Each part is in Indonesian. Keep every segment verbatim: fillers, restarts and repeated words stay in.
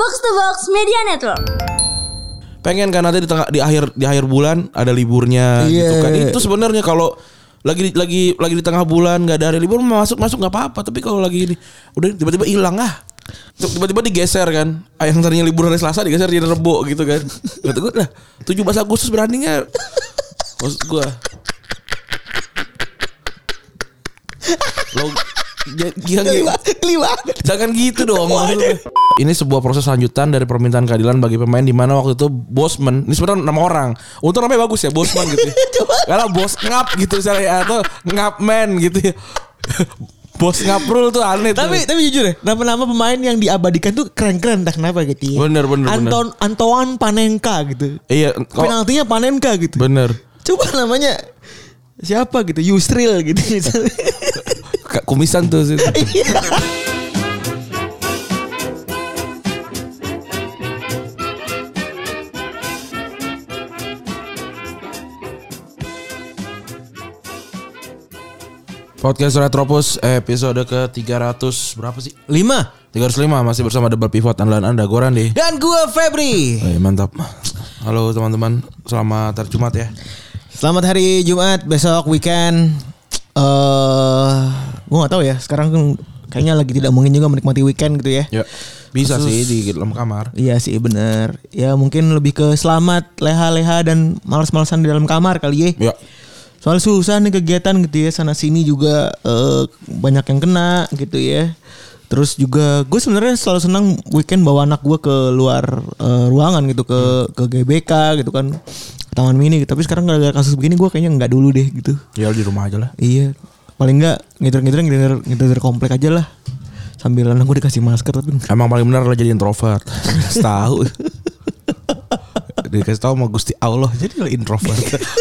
Box to Box Media Network. Pengen kan nanti di tengah di akhir di akhir bulan ada liburnya yeah. gitu kan. Itu sebenarnya kalau lagi lagi lagi di tengah bulan nggak ada hari libur masuk masuk nggak apa-apa. Tapi kalau lagi ini udah tiba-tiba hilang ah. Tiba-tiba digeser kan. Yang tadinya libur hari Selasa digeser jadi Rebo gitu kan. Kata gue lah tujuh belas Agustus berani nggak? Maksud gue. Lo jangan jangan gitu dong. Ini sebuah proses lanjutan dari permintaan keadilan bagi pemain di mana waktu itu Bosman, ini sebenarnya nama orang. Untuk namanya bagus ya, Bosman gitu. Ya. Karena bos ngap gitu misalnya atau ngap man gitu ya. Bos ngaprul tuh aneh tuh. Tapi tapi jujur ya, nama-nama pemain yang diabadikan tuh keren-keren entah kenapa gitu ya. Bener bener Anton bener. Antoine Panenka gitu. Iya, penaltinya Panenka gitu. Bener. Coba namanya siapa gitu, Yusril gitu misalnya. Kumisan tuh sih. Podcast Retropus episode ke tiga ratus berapa sih? lima tiga ratus lima masih bersama Double Pivot andalan Anda, gue Randy. Dan gue Febri. Eh, mantap. Halo teman-teman, selamat hari Jumat ya. Selamat hari Jumat, besok weekend. Eh, uh, gue nggak tahu ya. Sekarang kayaknya lagi tidak mungkin juga menikmati weekend gitu ya. Ya, bisa Khusus, sih di dalam kamar. Iya sih benar. Ya mungkin lebih ke selamat, leha-leha dan malas-malasan di dalam kamar kali ya. Ya. Soal susah nih kegiatan gitu ya, sana sini juga uh, banyak yang kena gitu ya. Terus juga gue sebenarnya selalu senang weekend bawa anak gue ke luar uh, ruangan gitu, ke hmm. ke G B K gitu kan, ke Taman Mini gitu. Tapi sekarang gara-gara kasus begini gue kayaknya nggak dulu deh gitu. Ya di rumah aja lah. Iya, paling nggak ngider-ngider ngider ngider komplek aja lah. Sambil anak gue dikasih masker tapi emang paling benar lo jadi introvert. Tahu. Dikasih tahu sama Gusti Allah jadi lo introvert.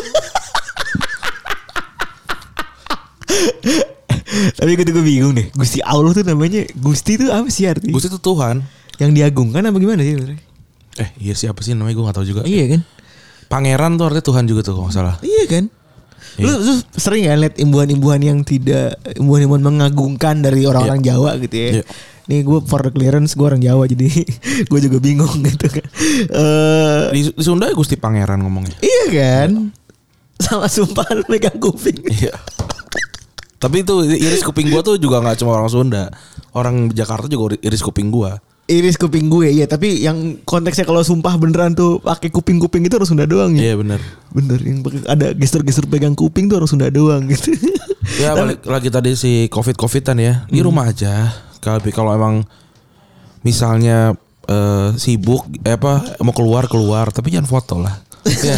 Tapi gue tuh bingung deh, Gusti Allah tuh namanya Gusti tuh apa sih artinya? Gusti itu Tuhan yang diagungkan apa gimana sih? Eh iya siapa sih namanya gue gak tahu juga. Iya kan? Pangeran tuh artinya Tuhan juga tuh kalau gak salah. Iya kan? Iya. Lu, lu sering ya liat imbuhan-imbuhan yang tidak, imbuhan-imbuhan mengagungkan dari orang-orang iya. Jawa gitu ya. Iya. Nih gue for the clearance gue orang Jawa jadi gue juga bingung gitu kan. Uh, di, di Sunda Gusti Pangeran ngomongnya. Iya kan? Sama sumpah lu megang kuping. Iya. Tapi itu iris kuping gue tuh juga gak cuma orang Sunda. Orang Jakarta juga iris kuping gue. Iris kuping gue ya. Tapi yang konteksnya kalau sumpah beneran tuh pakai kuping-kuping itu orang Sunda doang ya. Iya bener. Bener yang ada gestur-gestur pegang kuping tuh orang Sunda doang gitu. Ya balik lagi tadi si covid-covidan ya. Di hmm. rumah aja. Kalau emang misalnya uh, sibuk eh apa mau keluar keluar tapi jangan foto lah. Ya.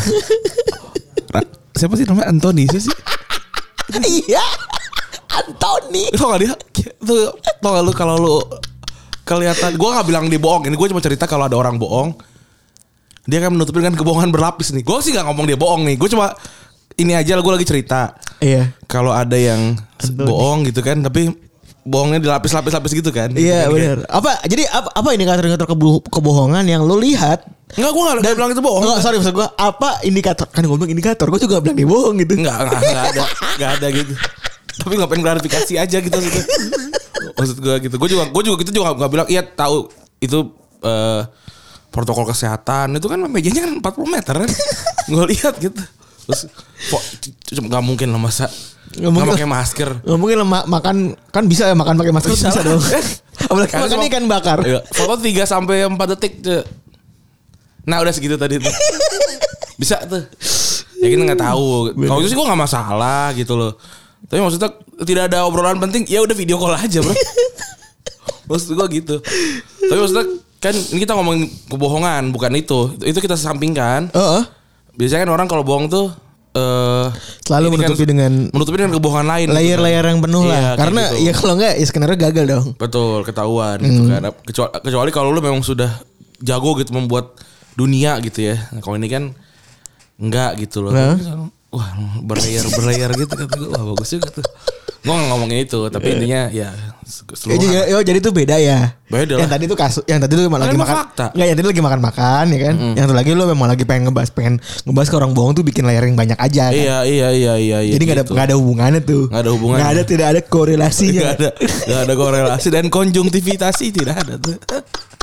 Siapa sih namanya Anthony sih? Iya. Anthony. Tau gak dia? Tuh, tau gak lu kalau lu kelihatan, gue gak bilang dia bohong. Ini gue cuma cerita kalau ada orang bohong, dia kan menutupin kan kebohongan berlapis nih. Gue sih gak ngomong dia bohong nih. Gue cuma ini aja gue lagi cerita. Iya. Kalau ada yang Anthony. Bohong gitu kan, tapi bohongnya dilapis-lapis-lapis gitu kan. Iya benar. Apa? Jadi apa, apa indikator-indikator kebo- kebohongan yang lu lihat? Enggak, gue gak, gak bilang itu bohong. Enggak, sorry maksud gue apa indikator? Kan gue bilang indikator, gue juga bilang dia bohong gitu. Enggak, enggak, enggak ada. Enggak ada gitu. Tapi ngapain klarifikasi aja gitu gitu. Maksud gue gitu. Gue juga gue juga gitu juga enggak bilang iya tahu itu uh, protokol kesehatan itu kan mejanya kan empat puluh meter kan. Gue lihat gitu. Terus kok enggak mungkin lah masa enggak pakai masker. Enggak mungkin lah ma- makan kan bisa ya makan pakai masker bisa, bisa dong. Apalagi makan ikan bakar. Iya, foto tiga sampai empat detik tuh. Nah, udah segitu tadi tuh. Bisa tuh. Ya kita enggak tahu. Kalau itu sih gue enggak masalah gitu loh. Tapi maksudnya tidak ada obrolan penting, ya udah video call aja bro. Maksud gue gitu. Tapi maksudnya kan ini kita ngomongin kebohongan, bukan itu. Itu kita sampingkan. Uh-uh. Biasanya kan orang kalau bohong tuh uh, selalu menutupi kan, dengan menutupi dengan kebohongan lain. Layer-layer yang penuh lah. Iya, karena gitu. Ya kalau enggak ya skenario gagal dong. Betul, ketahuan hmm. gitu kan. Kecuali, kecuali kalau lu memang sudah jago gitu membuat dunia gitu ya. Nah, kalau ini kan enggak gitu loh. Nah. Wah berlayar berlayar gitu kata gue. Wah bagus juga tuh. Gue gak ngomongin itu. Tapi yeah. intinya ya seluruh ya, yo, jadi tuh beda ya. Beda lah. Yang tadi tuh kasus, yang tadi tuh lagi makan. Fakta. Nggak, yang tadi lagi makan-makan ya kan. Mm-hmm. Yang satu lagi lo memang lagi pengen ngebahas pengen ngebahas ke orang bohong tuh bikin layering banyak aja kan. Iya iya iya iya. Jadi nggak gitu. ada nggak ada hubungannya tuh. Nggak ada hubungannya. Nggak ada tidak ada korelasinya. Nggak ada nggak ada korelasi dan konjungtivitasi tidak ada tuh.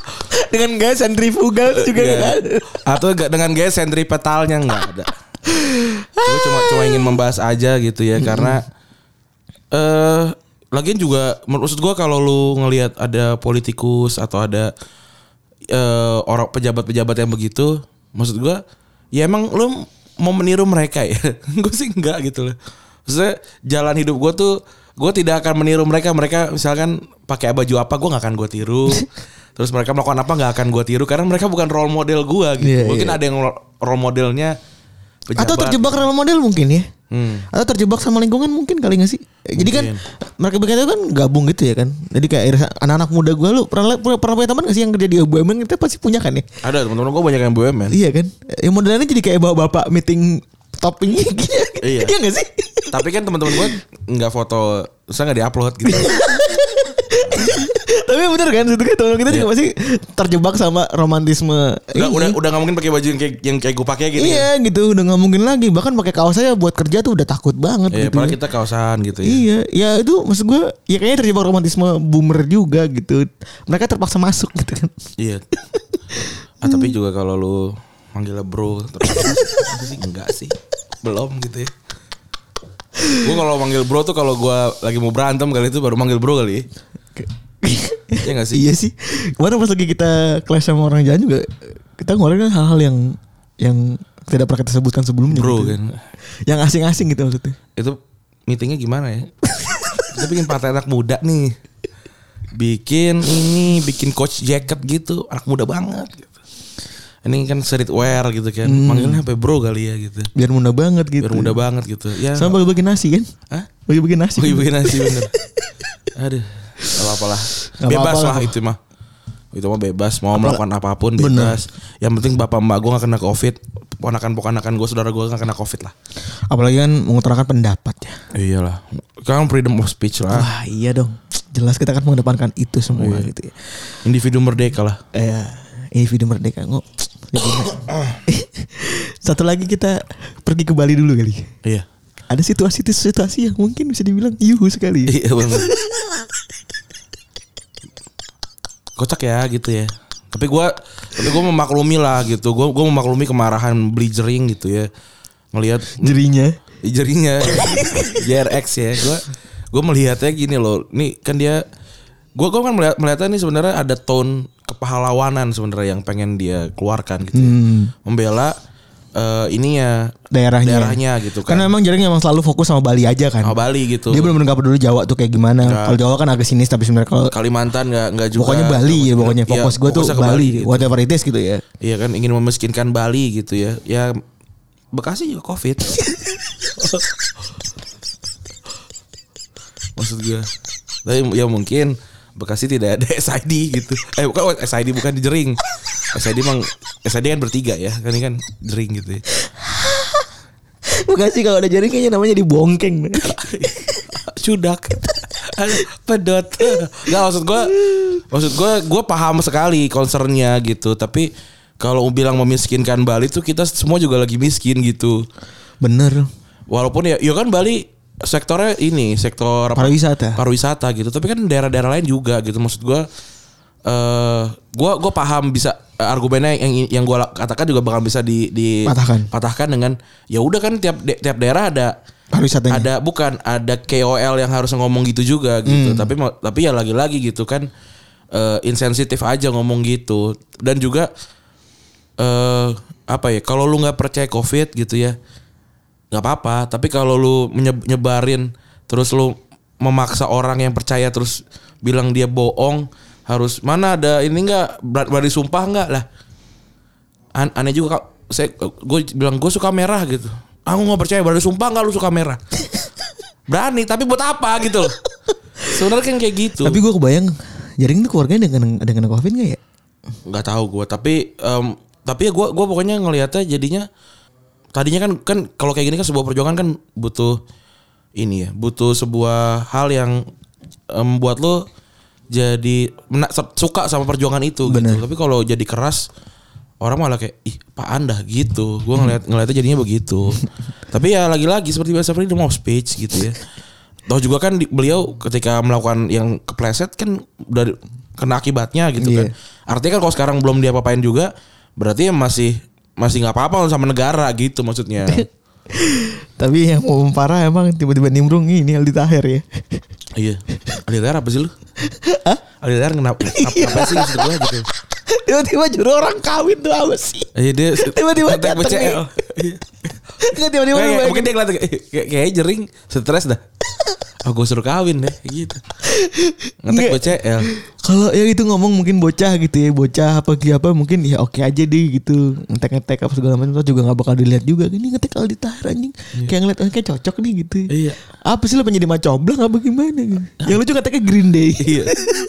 Dengan gaya sentrifugal juga Iya. nggak ada. Atau gak dengan gaya sentripetalnya nggak ada. Gue cuma cuma ingin membahas aja gitu ya karena eh lagian juga maksud gue kalau lu ngelihat ada politikus atau ada eh, orang pejabat-pejabat yang begitu, maksud gue ya emang lu mau meniru mereka ya. Gue sih enggak gitu loh. Maksudnya jalan hidup gue tuh gue tidak akan meniru mereka. Mereka misalkan pakai baju apa gue nggak akan gue tiru. Terus mereka melakukan apa nggak akan gue tiru karena mereka bukan role model gue gitu. Iya, Mungkin iya. ada yang role modelnya pejabat. Atau terjebak role model mungkin ya. Hmm. Atau terjebak sama lingkungan mungkin kali gak sih? Jadi kan Mungkin. mereka berkata kan gabung gitu ya kan. Jadi kayak anak-anak muda gue lu pernah pernah, pernah punya teman gak sih yang kerja di B U M N? Kita pasti punya kan ya. Ada teman-teman gue banyak yang B U M N. Iya kan. Yang modelannya jadi kayak bapak-bapak meeting topping gitu. Iya. Iya gak sih? Tapi kan teman-teman gue nggak foto, saya nggak diupload gitu. Tapi bener kan itu kan teman kita juga Iya. pasti terjebak sama romantisme. Udah ini. udah udah nggak mungkin pakai baju yang kayak yang kayak gue pakai gitu. Iya gitu udah nggak mungkin lagi. Bahkan pakai kaos saya buat kerja tuh udah takut banget Ya, gitu. padahal kita kaosan gitu ya. Iya, ya itu maksud gue ya kayaknya terjebak romantisme boomer juga gitu. Mereka terpaksa masuk gitu kan. Iya. Ah, tapi juga kalau lu manggilnya bro terus itu sih enggak sih. Belum gitu ya. Gue kalau manggil bro tuh kalau gue lagi mau berantem kali itu baru manggil bro kali. Iya gak sih? Iya sih. Kemarin pas lagi kita clash sama orang jalan juga kita ngomongin hal-hal yang yang tidak pernah kita sebutkan sebelumnya. Bro gitu. kan. Yang asing-asing gitu maksudnya. Itu meetingnya gimana ya? Kita bikin partai anak muda nih. Bikin ini, bikin coach jacket gitu, anak muda banget gitu. Ini kan streetwear gitu kan. Hmm. Manggilnya apa bro kali ya gitu. Biar mudah banget gitu. Biar muda banget gitu. Ya. Sama bagi-bagi nasi kan? Hah? Bagi-bagi nasi. Oh iya bikin nasi bener. Aduh, gak apa-apa lah. Gak Bebas apa-apa lah lah. itu mah. Itu mah bebas. Mau Apa- melakukan apapun Bener. bebas. Yang penting bapak emak gue gak kena covid. Ponakan-ponakan gue, saudara gue gak kena covid lah. Apalagi kan mengutarakan pendapat ya. Iyalah. Kan freedom of speech lah. Wah iya dong. Jelas kita kan mengedepankan itu semua Iya. gitu ya. Individu merdeka lah. Eh, individu merdeka. Ngo. Satu lagi kita pergi ke Bali dulu kali. Iya. Ada situasi-situasi yang mungkin bisa dibilang yuhu sekali. Iya bener. Kocak ya gitu ya. Tapi gue tapi gue memaklumi lah gitu. Gue gue memaklumi kemarahan Blizzering gitu ya. Ngelihat Jerinya. jarinya J R X ya. Gue gue melihatnya gini loh. Nih kan dia gue gue kan melihat melihatnya nih sebenarnya ada tone kepahlawanan sebenarnya yang pengen dia keluarkan gitu. Ya. Hmm. Membela eh, ini ya Daerahnya. daerahnya gitu kan. Karena emang jaringnya emang selalu fokus sama Bali aja kan. Oh, Bali gitu. Dia benar-benar gak peduli Jawa tuh kayak gimana. Nggak. Kalau Jawa kan agak sinis tapi sebenarnya kalau Kalimantan nggak nggak juga. pokoknya Bali ya pokoknya Iya, fokus gue tuh fokusnya ke Bali, gitu. whatever it is gitu ya. Iya kan ingin memiskinkan Bali gitu ya. Ya Bekasi juga Covid. Maksud gue. Tapi ya mungkin Bekasi tidak ada S I D gitu. Eh bukan S I D bukan di Jering. S I D emang S I D kan bertiga ya. Kan ini kan Jering gitu ya. Bekasi kalau ada jaring kayaknya namanya dibongkeng. Cudak. Pedot. Gak maksud gue. Maksud gue gue paham sekali concernnya gitu. Tapi kalau bilang memiskinkan Bali tuh kita semua juga lagi miskin gitu. Bener. Walaupun ya, ya kan Bali sektornya ini sektor apa? Pariwisata. Pariwisata gitu. Tapi kan daerah-daerah lain juga gitu. Maksud gue, eh, gue gue paham bisa eh, argumennya yang yang gue katakan juga bakal bisa di, di Patahkan. patahkan dengan ya udah kan tiap de- tiap daerah ada Pariwisatanya. ada bukan ada K O L yang harus ngomong gitu juga gitu. Tapi mau- tapi ya lagi-lagi gitu kan eh, insensitif aja ngomong gitu. Dan juga eh apa ya kalau lu nggak percaya COVID gitu ya nggak apa-apa, tapi kalau lu menye- nyebarin terus lu memaksa orang yang percaya terus bilang dia bohong, harus mana ada ini nggak berani sumpah nggak lah. An- aneh juga kak, saya gue bilang gue suka merah gitu, aku nggak percaya berani sumpah nggak lu suka merah. Berani tapi buat apa gitu loh. Sebenarnya kan kayak gitu. Tapi gue kebayang jaring tuh keluarganya dengan dengan Covid nggak ya? Nggak tahu gue, tapi em, tapi ya gue gue pokoknya ngelihatnya jadinya tadinya kan kan kalau kayak gini kan sebuah perjuangan kan butuh ini ya, butuh sebuah hal yang em, membuat lo jadi mena- suka sama perjuangan itu Bener. gitu. Tapi kalau jadi keras orang malah kayak ih apaan dah gitu. Gue ngeliat ngeliatnya jadinya begitu. Tapi ya lagi-lagi seperti biasa freedom of speech gitu ya. Tahu juga kan di- beliau ketika melakukan yang kepleset kan udah kena akibatnya gitu Iya. kan. Artinya kan kalau sekarang belum dia apa-apain juga, berarti ya masih masih nggak apa-apa sama negara gitu maksudnya. Tapi yang mau parah emang tiba-tiba nimbrung ini Aldi Taher ya. Iya. Aldi Taher apa sih lu? Hah? Aldi Taher kenapa? Apa sih maksud gue gitu? Tiba-tiba juru orang kawin tuh apa sih? Iya dia Tiba-tiba ngetek dateng B C L. nih. Nggak tiba-tiba Kayak- lu mungkin dia ngeliat kayak kayak jering, stres dah. Oh gue suruh kawin deh gitu. Ngetek Nggak. B C L. Kalau yang itu ngomong mungkin bocah gitu ya, bocah apa apa mungkin ya oke aja deh gitu. Ngetek-ngetek apa segala macam juga nggak bakal dilihat juga. Ini ngetek Aldi Taher anjing. Kayak ngeliat oh, kayak cocok nih gitu. Iya. Apa sih lo pengen jadi macoblang apa gimana gitu. Yang lucu ngeteknya Green Day. Iya.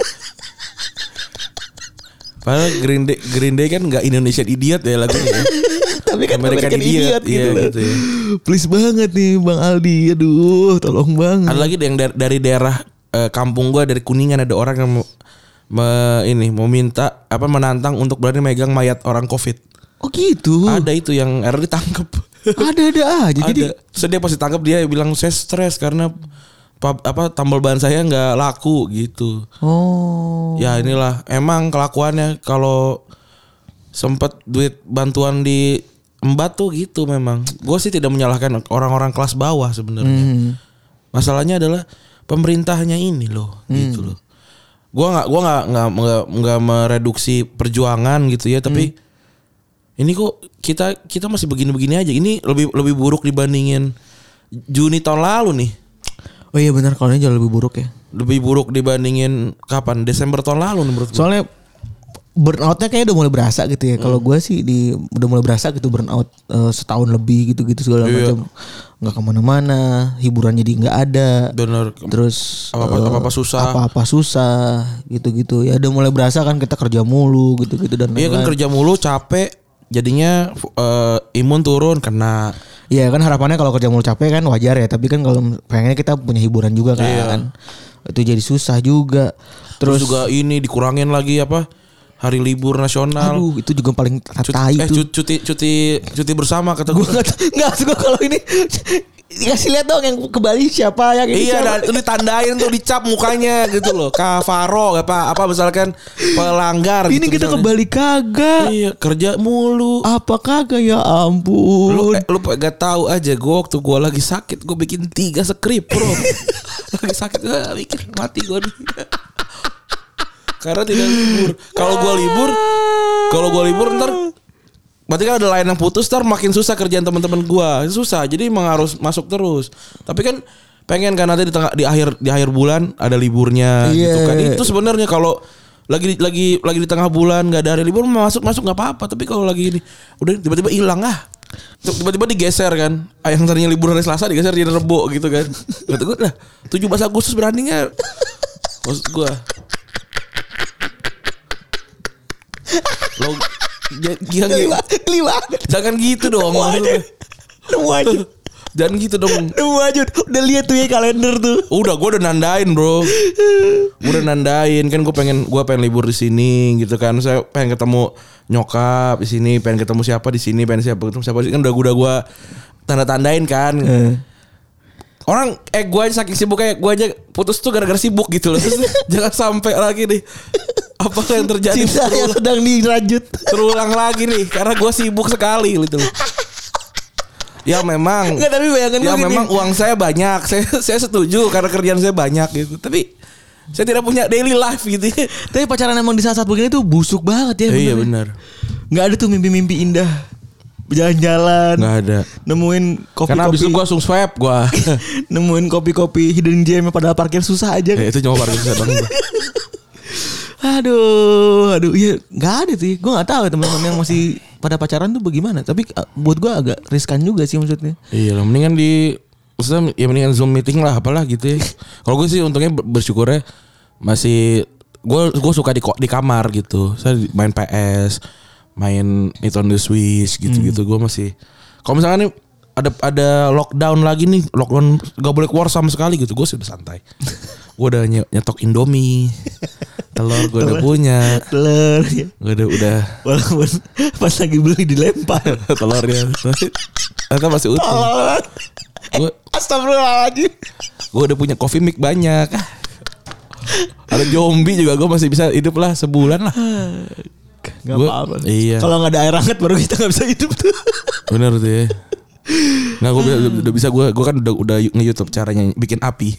Padahal Green Day, Green Day kan nggak Indonesian Idiot ya lagunya. Tapi kan American American, Idiot, Idiot, iya, gitu loh. gitu ya. Please banget nih Bang Aldi. Aduh, tolong banget. Ada lagi yang dari, dari daerah eh, kampung gue dari Kuningan ada orang yang mau, me- ini mau minta apa menantang untuk berani megang mayat orang Covid. Oh gitu. Ada itu yang akhirnya ditangkap. Ada-ada aja. Jadi Ada. Terus dia pas ditangkap dia bilang saya stres karena pa- apa tambal ban saya nggak laku gitu. oh. Ya inilah emang kelakuannya kalau sempet duit bantuan di embat tuh gitu memang. Gue sih tidak menyalahkan orang-orang kelas bawah sebenarnya. Hmm. Masalahnya adalah pemerintahnya ini loh, gitu loh. Gua nggak gua nggak nggak nggak nggak mereduksi perjuangan gitu ya, tapi ini kok kita kita masih begini-begini aja. Ini lebih lebih buruk dibandingin Juni tahun lalu nih. Oh iya benar kalau ini jauh lebih buruk ya. Lebih buruk dibandingin kapan? Desember tahun lalu nih menurut gua. Soalnya burnoutnya kayaknya udah mulai berasa gitu ya. Kalau gue sih di udah mulai berasa gitu burnout eh, setahun lebih gitu-gitu segala Iya. macam. Nggak kemana-mana, hiburan jadi nggak ada. Bener. Terus Apa-apa- eh, apa-apa susah. apa-apa susah gitu-gitu. Ya udah mulai berasa kan kita kerja mulu gitu-gitu dan Iya kan lain-lain. kerja mulu capek, jadinya eh, imun turun kena. Iya kan harapannya kalau kerja mulu capek kan wajar ya. Tapi kan kalau pengennya kita punya hiburan juga kan. Iya. Itu jadi susah juga. Terus, Terus, juga ini dikurangin lagi apa? Hari libur nasional. aduh itu juga paling Cuti, tai eh, itu. cu- cuti cuti cuti bersama kata Gue gue. nggak nggak suka kalau ini dikasih lihat dong yang ke Bali siapa yang ini Iya, siapa. dan itu ditandain tuh dicap mukanya gitu loh. Kavaro apa apa misalkan pelanggar Ini gitu kita ke misalnya. Bali kagak. Iya, kerja mulu. Apa kagak ya Lu ampun. eh, lu gak tahu aja gue waktu gue lagi sakit gue bikin tiga skrip bro. Lagi sakit gue bikin mati gue nih. Karena tidak libur. Kalau gue libur, kalau gue libur ntar berarti kan ada lain yang putus, ntar makin susah kerjaan teman-teman gue. Susah, jadi emang harus masuk terus. Tapi kan pengen kan nanti di tengah di akhir di akhir bulan ada liburnya Iya. gitu kan. Itu sebenarnya kalau lagi lagi lagi di tengah bulan nggak ada hari libur masuk masuk nggak apa-apa. Tapi kalau lagi ini udah tiba-tiba hilang ah. Tiba-tiba digeser kan. Ah, yang tadinya libur hari Selasa digeser jadi Rebo gitu kan. Kata gue lah tujuh belas Agustus berani nggak? Maksud gue lo jangan Kelima, kelima. jangan gitu dong. maksudnya. Nemu aja. Jangan gitu dong. Nemu aja. Udah lihat tuh ya kalender tuh. Udah gue udah nandain bro. Gue udah nandain kan gue pengen gue pengen libur di sini gitu kan. Saya pengen ketemu nyokap di sini, pengen ketemu siapa di sini, pengen siapa ketemu siapa di sini kan udah gue udah gue tanda tandain kan. Eh. Orang eh gue aja saking sibuk kayak gue aja putus tuh gara-gara sibuk gitu loh. Terus, jangan sampai lagi nih apa yang terjadi Cinta yang terulang, sedang dirajut. terulang lagi nih karena gue sibuk sekali gitu loh. Ya memang. Enggak tapi bayangkan Ya gue gini. memang uang saya banyak. Saya saya setuju karena kerjaan saya banyak gitu. Tapi saya tidak punya daily life gitu. Tapi pacaran emang di saat-saat begini tuh busuk banget ya. Iya bener. benar. Nggak ada tuh mimpi-mimpi indah. Jalan-jalan. Nggak ada. Nemuin kopi-kopi. Karena abis itu gue langsung swipe gue. Nemuin kopi-kopi hidden gem yang pada parkir susah aja. Ya, itu cuma parkir saya bang. Aduh, aduh, iya nggak ada sih. Gue nggak tahu teman-teman yang masih pada pacaran tuh bagaimana. Tapi uh, buat gue agak riskan juga sih maksudnya. Iya lah, mendingan di maksudnya ya mendingan Zoom meeting lah apalah gitu ya. Kalau gue sih untungnya bersyukurnya masih gue gue suka di di kamar gitu. Saya main P S, main Nintendo Switch gitu-gitu. Gue masih kalau misalkan nih ada ada lockdown lagi nih, lockdown gak boleh keluar sama sekali gitu, gue sudah santai. Gue udah ny- nyetok Indomie, telur gue udah punya, Telur ya. gue udah udah Walaupun pas lagi beli dilempar. telurnya, ternyata masih utuh. Telur. Gue Astagfirullahaladzim. gue udah punya coffee mix banyak. Ada zombie juga gue masih bisa hidup lah sebulan lah. Gak Gua- apa-apa. iya. Kalau nggak ada air hangat baru kita nggak bisa hidup tuh. Bener tuh ya. Nggak gue udah, udah bisa gue gue kan udah udah nge-YouTube caranya bikin api.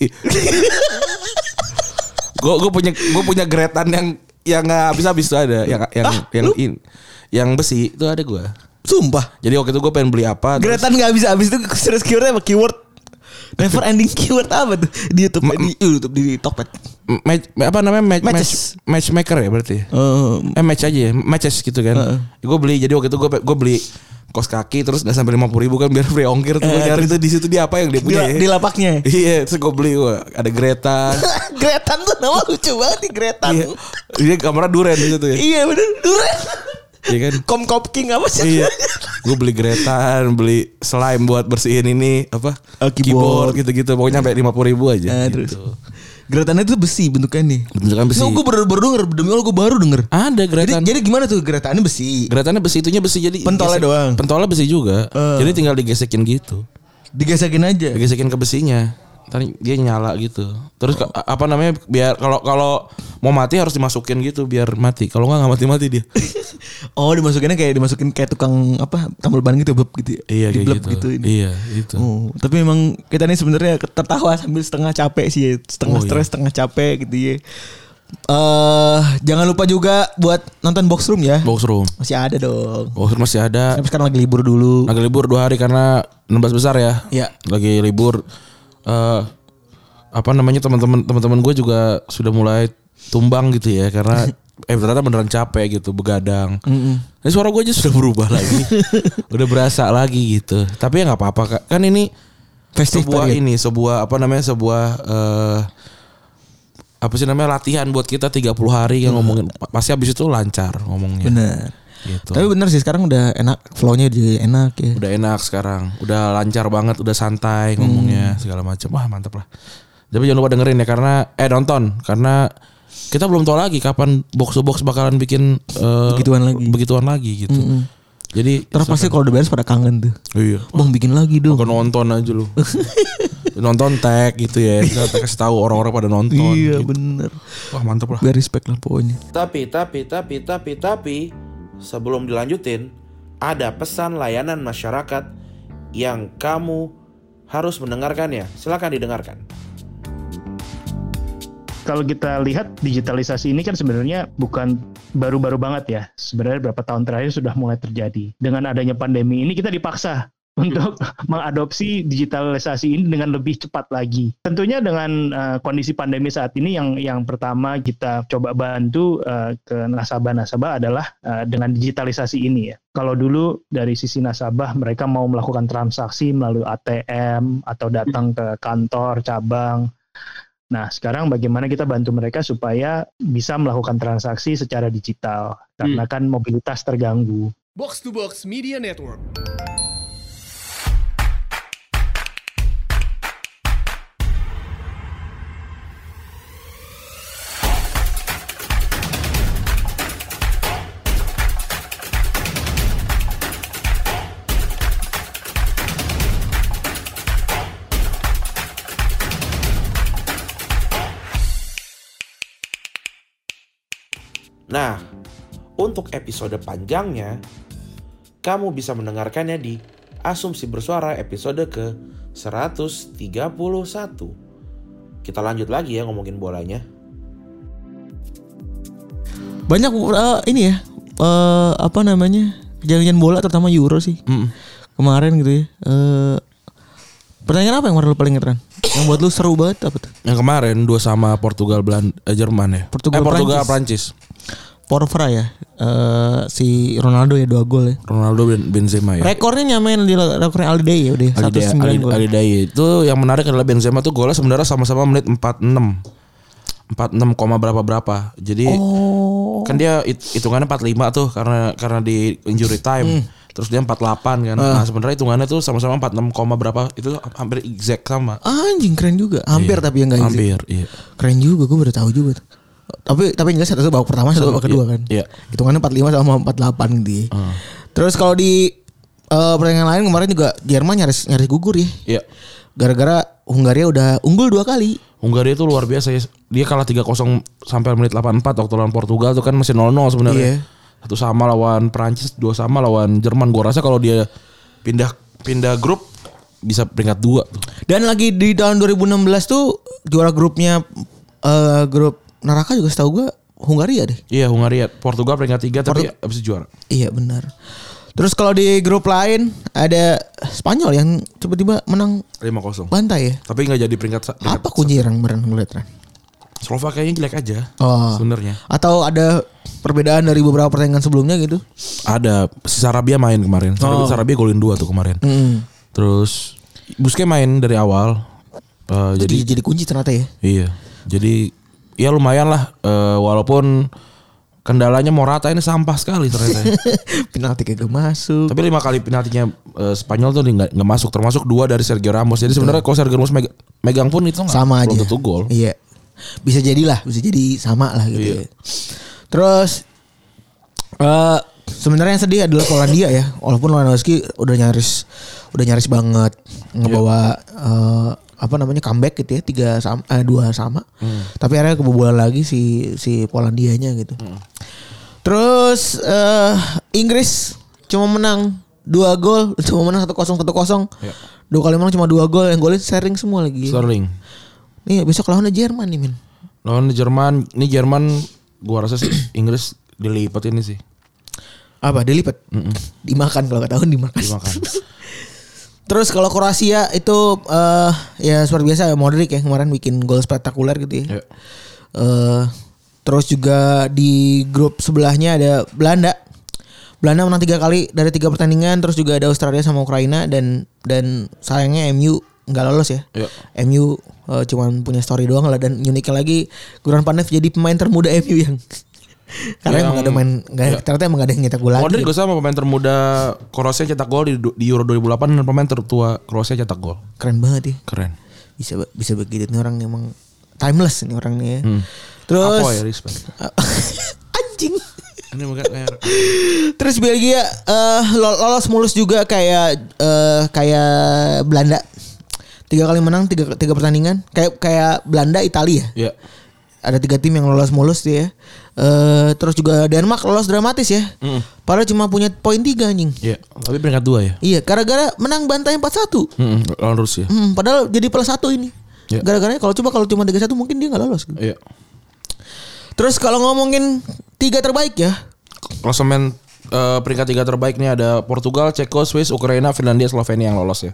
Gue gue punya gue punya geretan yang yang nggak habis-habis tuh ada yang yang Ah, yang lu? in, yang besi itu ada gue. Sumpah. Jadi waktu itu gue pengen beli apa? terus- Geretan nggak bisa habis itu serius keywordnya apa keyword never ending keyword apa tuh di YouTube Ma- di YouTube di Tokped. match, apa namanya match, match Matches. matchmaker ya berarti. Uh, Eh match aja ya, matches gitu kan. Heeh. Gue beli jadi waktu itu gue gue beli kos kaki terus nggak sampai lima puluh ribu kan biar free ongkir tuh. Gue Eh, nyari tuh di situ dia apa yang dia di, punya. ya. di lapaknya. Iya, terus gue beli gue ada Greta. Gretan tuh nama lucu banget nih Gretan. Iya. Dia kamera duren di situ ya. Iya bener duren. Iya kan? Kom Kop King apa sih? Iya. Gue beli Gretan, beli slime buat bersihin ini apa? Oh, keyboard. gitu-gitu. Pokoknya sampai lima puluh ribu aja. Nah, gitu. terus. Gretannya itu besi bentukannya nih. Bentukan besi. Nggak, gue baru baru denger demi Allah gue baru denger. Ada Jadi, Gretan. jadi gimana tuh Gretannya besi? Gretannya besi, itunya besi jadi Pentolnya gesek- doang. Pentolnya besi juga. Eh. Jadi tinggal digesekin gitu. Digesekin aja. Digesekin ke besinya. Ntar dia nyala gitu. Terus ke- apa namanya biar kalau kalau mau mati harus dimasukin gitu biar mati. Kalau nggak nggak mati-mati dia. Oh dimasukinnya kayak dimasukin kayak tukang apa tambal ban gitu blep gitu. ya? Iya kayak Diblep gitu. ini. Iya itu. Oh, tapi memang kita ini sebenarnya tertawa sambil setengah capek sih, ya. Setengah Oh, iya. stres, setengah capek gitu ya. Eh, jangan lupa juga buat nonton Box Room ya. Box room. Masih ada dong. Box room masih ada. Tapi sekarang lagi libur dulu. Lagi libur dua hari karena enam belas besar ya. Iya. Lagi libur. eh apa namanya teman-teman teman-teman gue juga sudah mulai tumbang gitu ya karena eh ternyata beneran capek gitu begadang. Mm-mm. Ini suara gue aja sudah berubah lagi. Udah berasa lagi gitu. Tapi ya nggak apa-apa Kak. Kan ini Festive sebuah period. ini sebuah apa namanya sebuah eh apa sih namanya latihan buat kita tiga puluh hari yang ngomongin pasti habis itu lancar ngomongnya. Bener. Gitu. Tapi bener sih sekarang udah enak, flow-nya jadi enak ya. Udah enak sekarang, udah lancar banget, udah santai ngomongnya segala macam. Wah mantap lah. Tapi jangan lupa dengerin ya karena eh nonton karena kita belum tahu lagi kapan box to box bakalan bikin eh, Begituan lagi. begituan lagi gitu. Mm-mm. Jadi Terus pasti kalau udah beres pada kangen tuh. iya. Bang bikin lagi dong. Kau nonton aja lu. Nonton tag gitu ya. Kita kasih tahu orang-orang pada nonton. Iya gitu. bener. Wah mantap lah. Biar respect lah pokoknya. Tapi, tapi, tapi, tapi, tapi, sebelum dilanjutin, ada pesan layanan masyarakat yang kamu harus mendengarkannya. Silakan didengarkan. Kalau kita lihat digitalisasi ini kan sebenarnya bukan baru-baru banget ya. Sebenarnya beberapa tahun terakhir sudah mulai terjadi. Dengan adanya pandemi ini kita dipaksa untuk mengadopsi digitalisasi ini dengan lebih cepat lagi. Tentunya dengan uh, kondisi pandemi saat ini yang yang pertama kita coba bantu uh, ke nasabah-nasabah adalah uh, dengan digitalisasi ini ya. Kalau dulu dari sisi nasabah mereka mau melakukan transaksi melalui A T M atau datang ke kantor cabang. Nah, sekarang bagaimana kita bantu mereka supaya bisa melakukan transaksi secara digital karena kan mobilitas terganggu. Box to Box Media Network. Nah, untuk episode panjangnya, kamu bisa mendengarkannya di Asumsi Bersuara episode ke seratus tiga puluh satu. Kita lanjut lagi ya ngomongin bolanya. Banyak uh, ini ya uh, apa namanya kejadian bola terutama Euro sih Mm. kemarin gitu ya. Uh, pertanyaan apa yang lu paling inget Ran? Yang buat lu seru banget apa tuh? Yang kemarin dua sama Portugal Belanda eh, Jerman ya. Portugal, eh, Portugal Prancis. Prancis. Porfra ya, uh, si Ronaldo ya dua gol ya. Ronaldo dan Benzema ya. Rekornya nyamain di rekornya Ali Day ya udah seratus Ali sembilan gol. Ali Day itu yang menarik adalah Benzema tuh golnya sebenarnya sama-sama menit empat puluh enam. empat puluh enam, berapa berapa. Jadi Oh. kan dia it- hitungannya empat puluh lima tuh karena karena di injury time. Terus dia empat puluh delapan kan. Nah, sebenarnya hitungannya tuh sama-sama empat puluh enam, berapa. Itu hampir exact sama. Anjing keren juga. Hampir Iya, tapi yang enggak hampir, iya. Keren juga, gue baru tahu juga tuh. Tapi tapi enggak satu babak pertama satu babak kedua Iya, kan. iya. Hitungannya empat puluh lima sama empat puluh delapan gitu ya. Ah. Terus kalau di eh, pertandingan lain kemarin juga Jerman nyaris nyaris gugur ya. Iya. Gara-gara Hungaria udah unggul dua kali. Hungaria itu luar biasa ya. Dia kalah tiga kosong sampai menit delapan puluh empat waktu lawan Portugal itu kan masih nol nol sebenarnya. Iya. Satu sama lawan Perancis, dua sama lawan Jerman. Gua rasa kalau dia pindah pindah grup bisa peringkat dua tuh. Dan lagi di tahun dua ribu enam belas tuh juara grupnya uh, grup neraka juga setahu gue Hungaria deh. Iya Hungaria. Portugal peringkat tiga tapi Portu- abis itu juara. Iya benar. Terus kalau di grup lain ada Spanyol yang tiba-tiba menang lima kosong. bantai ya. Tapi nggak jadi peringkat, peringkat apa kunci yang meren ngeliat Ran? Slovakia jelek aja Oh. sebenarnya. Atau ada perbedaan dari beberapa pertandingan sebelumnya gitu? Ada si Sarabia main kemarin. Sarabia, Oh. Sarabia golin dua tuh kemarin. Mm. Terus Busquets main dari awal. Uh, Jadi jadi jadi kunci ternyata ya. iya. Jadi ya lumayan lah uh, walaupun kendalanya Morata ini sampah sekali ternyata. Penalti kagak masuk. Tapi lima kali penaltinya uh, Spanyol tuh nggak nggak masuk, termasuk dua dari Sergio Ramos. Jadi sebenarnya kalau Sergio Ramos meg- megang pun itu nggak Sama aja. belum tentu gol. Iya. Bisa jadilah, bisa jadi sama lah gitu Iya. ya. Terus eh sebenarnya yang sedih adalah Polandia ya. Walaupun Lewandowski udah nyaris udah nyaris banget ngebawa eh, apa namanya comeback gitu ya, tiga sama eh, dua sama. Hmm. Tapi akhirnya kebobolan lagi si si Polandianya gitu. Hmm. Terus eh Inggris cuma menang dua gol, cuma menang satu kosong satu kosong. Ya. Dua kali menang cuma dua gol, yang golnya sharing semua lagi. Sterling. Nih besok lawannya Jerman nih men. Lawan Jerman, ini Jerman gua rasa sih Inggris dilipat ini sih. Apa dilipat? Mm-mm. Dimakan kalau kata tahun dimakan. Dimakan. Terus kalau Kroasia itu uh, ya seperti biasa Modric ya kemarin bikin gol spektakuler gitu ya. Ya. Uh, terus juga di grup sebelahnya ada Belanda. Belanda menang tiga kali dari tiga pertandingan. Terus juga ada Australia sama Ukraina dan dan sayangnya M U nggak lolos ya. Ya. M U uh, cuman punya story doang lah dan uniknya lagi Goran Pandev jadi pemain termuda M U yang karena Yang- emang gak ada main gak, ya. ternyata emang gak ada yang nyetak gol lagi. Modric juga sama pemain termuda Kroasia cetak gol di, di Euro dua ribu delapan dan pemain tertua Kroasia cetak gol. Keren banget ya. Keren. Bisa bisa begitu nih orang emang timeless nih orangnya. Hmm. Terus Apa ya respect. anjing. Ini mungkin kayak Terus Belgia eh, lol- lolos mulus juga kayak eh, kayak Belanda. Tiga kali menang tiga tiga pertandingan. Kayak kayak Belanda Italia. ya. Ada tiga tim yang lolos mulus tuh ya. Eh, terus juga Denmark lolos dramatis ya. Mm. Padahal cuma punya poin tiga anjing. Ya, tapi peringkat dua ya. Iya, gara-gara menang bantai empat satu. Mm-mm, lawan Rusia. Hmm, padahal jadi plus satu ini. Ya. Gara-garanya kalau coba kalau cuma tiga satu mungkin dia nggak lolos. Iya. Terus kalau ngomongin tiga terbaik ya. Klasemen eh, peringkat tiga terbaik nih ada Portugal, Ceko, Swiss, Ukraina, Finlandia, Slovenia yang lolos ya.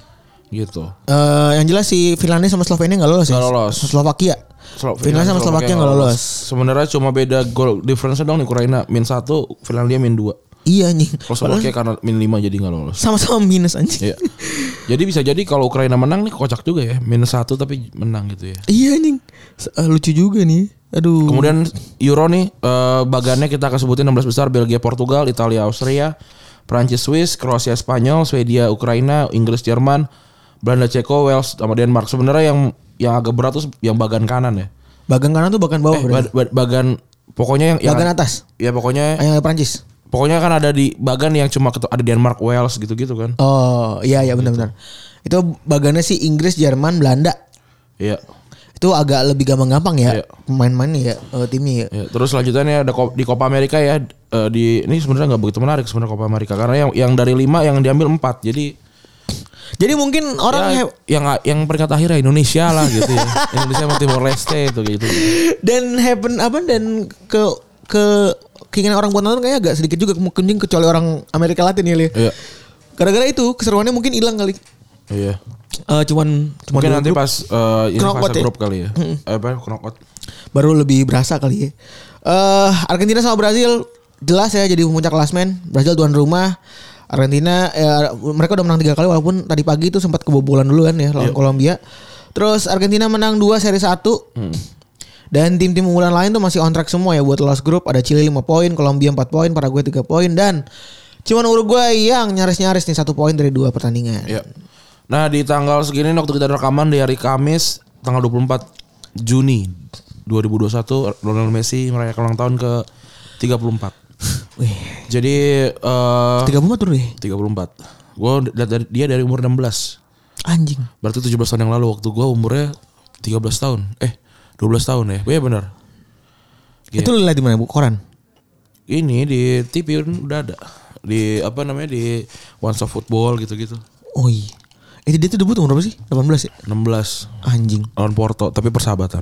Gitu. Eh, yang jelas si Finlandia sama Slovenia nggak lolos ya. Nggak lolos. Slovakia. Slo- Finlandia sama Slovakia nggak lolos. Sebenarnya cuma beda gol difference dong nih. Ukraina min satu, Finlandia min dua. Iya anjing. Kalau Slovakia karena min lima jadi nggak lolos. Sama-sama minus anjing. Iya. Jadi bisa jadi kalau Ukraina menang nih kocak juga ya. Minus satu tapi menang gitu ya. Iya anjing. S- eh, lucu juga nih. Aduh. Kemudian Euro nih eh, bagannya kita akan sebutin enam belas besar. Belgia, Portugal, Italia, Austria, Prancis, Swiss, Kroasia, Spanyol, Swedia, Ukraina, Inggris, Jerman, Belanda, Ceko, Wales sama Denmark. Sebenarnya yang yang agak berat tuh yang bagan kanan ya. Bagan kanan tuh bagan bawah Eh, berarti. ba- ba- bagan pokoknya yang yang- Bagan atas. Ya pokoknya Yang Prancis. pokoknya kan ada di bagan yang cuma ketu- ada Denmark, Wales gitu-gitu kan. Oh, iya iya benar-benar. Itu bagannya sih Inggris, Jerman, Belanda. Iya. Itu agak lebih gampang-gampang ya Iya. pemain-pemainnya ya, eh, timnya ya. Ya, terus selanjutnya ada ko- di Copa America ya eh, di ini sebenarnya nggak begitu menarik sebenarnya Copa America karena yang yang dari lima yang diambil empat jadi Jadi mungkin orang ya, he- yang yang peringkat akhir ya Indonesia lah gitu ya. Indonesia sama Timor Leste itu gitu. dan happen apa dan ke ke keinginan orang buat nonton kayaknya agak sedikit juga mungkin kecuali orang Amerika Latin ya, Li. Iya. Gara-gara itu keseruannya mungkin hilang kali. Iya. Eh cuman cuman Mungkin dua nanti grup, pas eh, ini Knockout fase ya? grup kali ya. Eh, apa knockout. baru lebih berasa kali ya. Eh Argentina sama Brazil jelas ya jadi puncak klasmen. Brazil tuan rumah. Argentina ya, mereka udah menang tiga kali walaupun tadi pagi itu sempat kebobolan dulu kan ya lawan Iya. Kolombia. Terus Argentina menang dua seri satu. Hmm. Dan tim-tim unggulan lain tuh masih on track semua ya buat lolos grup. Ada Chile lima poin, Kolombia empat poin, Paraguay tiga poin dan cuman Uruguay yang nyaris-nyaris nih satu poin dari dua pertandingan. Iya. Nah, di tanggal segini waktu kita rekaman di hari Kamis tanggal dua puluh empat Juni dua ribu dua puluh satu Lionel Messi merayakan ulang tahun ke tiga puluh empat. Wih, Jadi eh tiga puluh empat tuh deh. tiga puluh empat. Gue lihat dari dia dari umur enam belas. Anjing. Berarti tujuh belas tahun yang lalu waktu gue umurnya tiga belas tahun. Eh dua belas tahun ya. Iya benar. Itu lu lihat di mana, Bu? Koran? Ini di T V udah ada. Di apa namanya di One Stop Football gitu-gitu. Oh iya. Itu dia tuh debut umur berapa sih? delapan belas ya? enam belas Anjing. lawan Porto tapi persahabatan.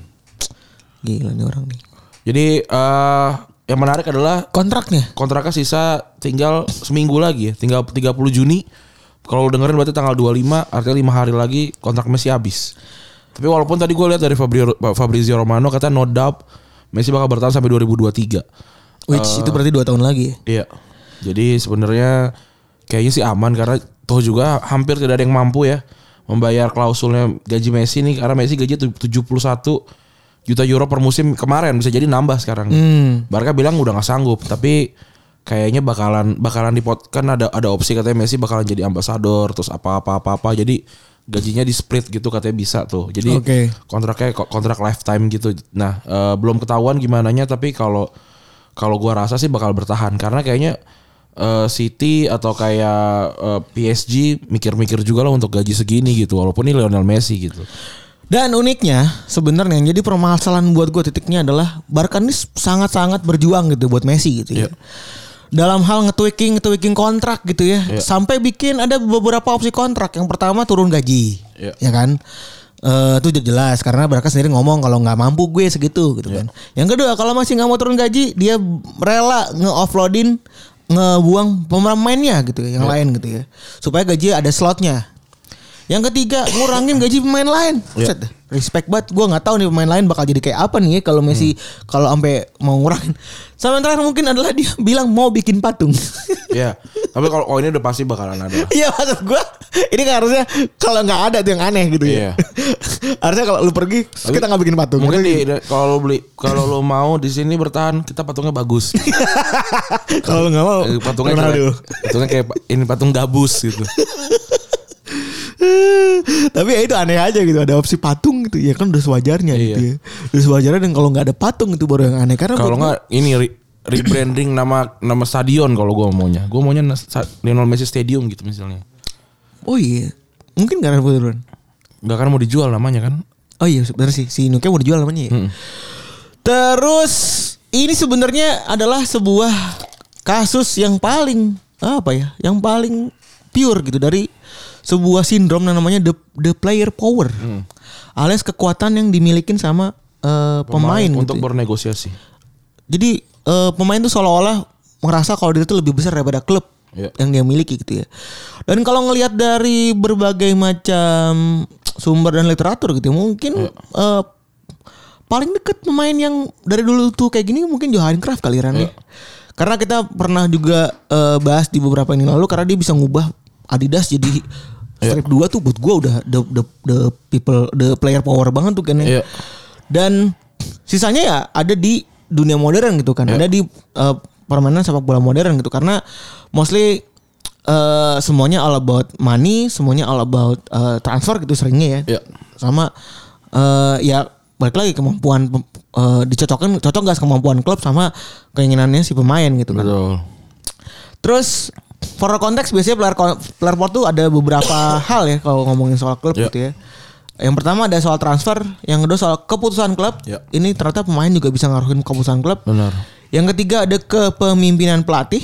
Gila nih orang nih. Jadi uh, yang menarik adalah kontraknya. Kontraknya sisa tinggal seminggu lagi ya. Tinggal tiga puluh Juni. Kalau lu dengerin berarti tanggal dua puluh lima, artinya lima hari lagi kontrak Messi habis. Tapi walaupun tadi gue lihat dari Fabrizio, Fabrizio Romano kata no doubt Messi bakal bertahan sampai dua ribu dua puluh tiga. Which uh, itu berarti dua tahun lagi. Iya. Jadi sebenarnya kayaknya sih aman karena toh juga hampir tidak ada yang mampu ya membayar klausulnya gaji Messi nih karena Messi gaji tujuh puluh satu juta euro per musim kemarin, bisa jadi nambah sekarang. Hmm. Barca bilang udah nggak sanggup, tapi kayaknya bakalan bakalan dipot kan ada ada opsi katanya Messi bakalan jadi ambasador terus apa apa apa apa jadi gajinya di split gitu katanya bisa tuh. Jadi okay. kontraknya kontrak lifetime gitu. Nah uh, belum ketahuan gimananya tapi kalau kalau gua rasa sih bakal bertahan karena kayaknya uh, City atau kayak uh, P S G mikir-mikir juga lah untuk gaji segini gitu walaupun ini Lionel Messi gitu. Dan uniknya sebenarnya yang jadi permasalahan buat gue titiknya adalah Barca ini sangat-sangat berjuang gitu buat Messi gitu ya. Yeah. Dalam hal nge-tweaking, nge-tweaking kontrak gitu ya. Yeah. Sampai bikin ada beberapa opsi kontrak. Yang pertama turun gaji. Yeah. Ya kan? Uh, itu udah jelas karena Barca sendiri ngomong kalau nggak mampu gue segitu gitu yeah. kan. Yang kedua kalau masih nggak mau turun gaji, dia rela nge-offloadin, ngebuang pemainnya gitu ya, yang yeah. lain gitu ya. Supaya gaji ada slotnya. Yang ketiga ngurangin gaji pemain lain. Yeah. Respect banget. Gue nggak tahu nih pemain lain bakal jadi kayak apa nih ya kalau Messi hmm. kalau sampai mau ngurangin. Sama yang terakhir mungkin adalah dia bilang mau bikin patung. Iya. Tapi kalau oh ini udah pasti bakalan ada. Iya maksud gue ini kan harusnya kalau nggak ada tuh yang aneh gitu ya. Yeah. Harusnya kalau lu pergi tapi kita nggak bikin patung. Mungkin di, kalau lu beli kalau lu mau di sini bertahan kita patungnya bagus. Kalau lu nggak mau patungnya kayak, patungnya kayak ini patung gabus gitu. Tapi ya itu aneh aja gitu ada opsi patung gitu ya kan udah sewajarnya iya. gitu ya. Udah sewajarnya dan kalau nggak ada patung itu baru yang aneh karena kalau nggak ini re- rebranding nama nama stadion kalau gue maunya. Gue maunya Lionel Messi Stadium gitu misalnya. Oh iya. Mungkin karena beneran. Enggak kan mau dijual namanya kan? Oh iya benar sih si Nuke mau dijual namanya ya. Hmm. Terus ini sebenarnya adalah sebuah kasus yang paling apa ya? Yang paling pure gitu dari sebuah sindrom yang namanya the the player power, hmm. alias kekuatan yang dimilikin sama uh, pemain, pemain untuk gitu. Bernegosiasi. Jadi uh, pemain tuh seolah-olah merasa kalau dia itu lebih besar daripada klub yeah. yang dia miliki gitu ya. Dan kalau ngelihat dari berbagai macam sumber dan literatur gitu, mungkin yeah. uh, paling dekat pemain yang dari dulu tuh kayak gini mungkin Johan Cruyff kali Ran. Yeah. Karena kita pernah juga uh, bahas di beberapa ini lalu karena dia bisa ngubah Adidas jadi strip yeah. dua tuh buat gue udah the, the the people the player power banget tuh kan ya. Yeah. Dan sisanya ya ada di dunia modern gitu kan. Yeah. Ada di uh, permainan sepak bola modern gitu karena mostly uh, semuanya all about money, semuanya all about uh, transfer gitu seringnya ya. Yeah. Sama uh, ya balik lagi kemampuan uh, dicocokkan cocok gak kemampuan klub sama keinginannya si pemain gitu kan. Betul. Terus for konteks biasanya player player power tuh ada beberapa hal ya kalau ngomongin soal klub yeah. gitu ya. Yang pertama ada soal transfer, yang kedua soal keputusan klub. Yeah. Ini ternyata pemain juga bisa ngaruhin keputusan klub. Benar. Yang ketiga ada kepemimpinan pelatih.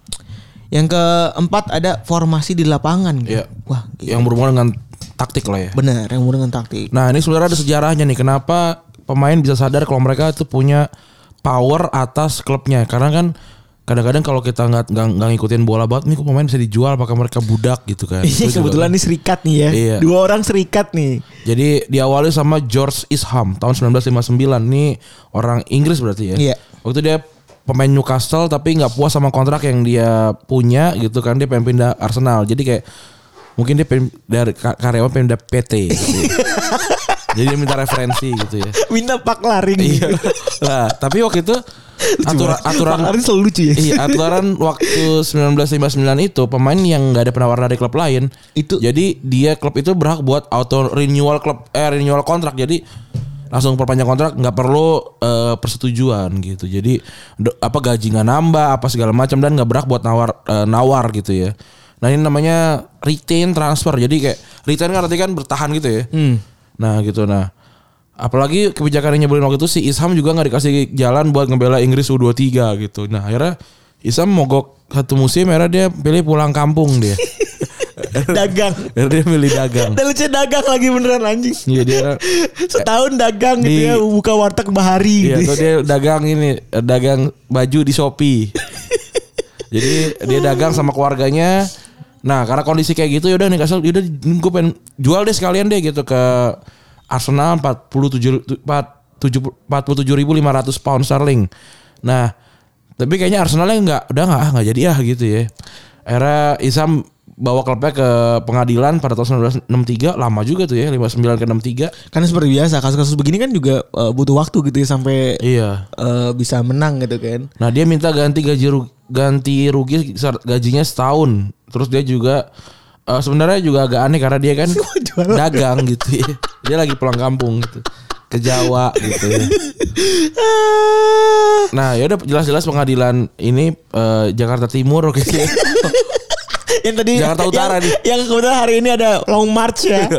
Yang keempat ada formasi di lapangan. Yeah. Wah, gitu. Yang berhubungan dengan taktik lah ya. Benar, yang berhubungan dengan taktik. Nah, ini sebenarnya ada sejarahnya nih kenapa pemain bisa sadar kalau mereka itu punya power atas klubnya. Karena kan kadang-kadang kalau kita nggak nggak ngikutin bola banget, nih kok pemain bisa dijual, apakah mereka budak gitu kan? Iya kebetulan nih serikat nih ya, iya. Dua orang serikat nih. Jadi diawali sama George Isham tahun sembilan belas lima puluh sembilan, nih orang Inggris berarti ya. Iya. Waktu dia pemain Newcastle tapi nggak puas sama kontrak yang dia punya gitu kan, dia pengen pindah Arsenal. Jadi kayak mungkin dia pengen dari karyawan pindah P T. Gitu. Jadi dia minta referensi gitu ya. Minta pak laring. Iya. Nah, tapi waktu itu aturan aturan pak laring selalu lucu ya. Iya, aturan waktu sembilan belas lima puluh sembilan itu pemain yang enggak ada penawaran dari klub lain itu. Jadi dia klub itu berhak buat auto renewal klub eh renewal kontrak. Jadi langsung perpanjang kontrak, nggak perlu uh, persetujuan gitu. Jadi do, apa gaji nggak nambah apa segala macam dan nggak berhak buat nawar uh, nawar gitu ya. Nah ini namanya retain transfer. Jadi kayak retain kan artinya kan bertahan gitu ya. Hmm. Nah gitu. Nah apalagi kebijakan yang nyebelin waktu itu si Isham juga nggak dikasih jalan buat ngebela Inggris U dua puluh tiga gitu. Nah akhirnya Isham mogok satu musim, akhirnya dia pilih pulang kampung dia. Dagang. Akhirnya dia milih dagang. Dan lucu dagang lagi beneran anjing. Iya dia Setahun dagang gitu Di- ya, buka warteg bahari Iya, gitu. atau dia dagang ini, dagang baju di Shopee. Jadi dia dagang sama keluarganya. Nah, karena kondisi kayak gitu yaudah Newcastle yaudah gue pengen jual deh sekalian deh gitu ke Arsenal empat puluh tujuh ribu lima ratus pound sterling. Nah, tapi kayaknya Arsenalnya enggak, udah enggak ah enggak jadi ah gitu ya. Akhirnya Isham bawa klubnya ke pengadilan pada tahun seribu sembilan ratus enam puluh tiga, lama juga tuh ya, lima puluh sembilan ke enam puluh tiga. Kan seperti biasa kasus-kasus begini kan juga uh, butuh waktu gitu ya sampai Iya. uh, bisa menang gitu kan. Nah dia minta ganti gaji ru- ganti rugi gajinya setahun. Terus dia juga uh, sebenarnya juga agak aneh karena dia kan dagang gitu ya. Dia lagi pulang kampung gitu ke Jawa gitu ya. Nah ya udah jelas-jelas pengadilan ini uh, Jakarta Timur gitu ya. Yang tadi Jakarta Utara yang, nih. Yang kebetulan hari ini ada long march ya.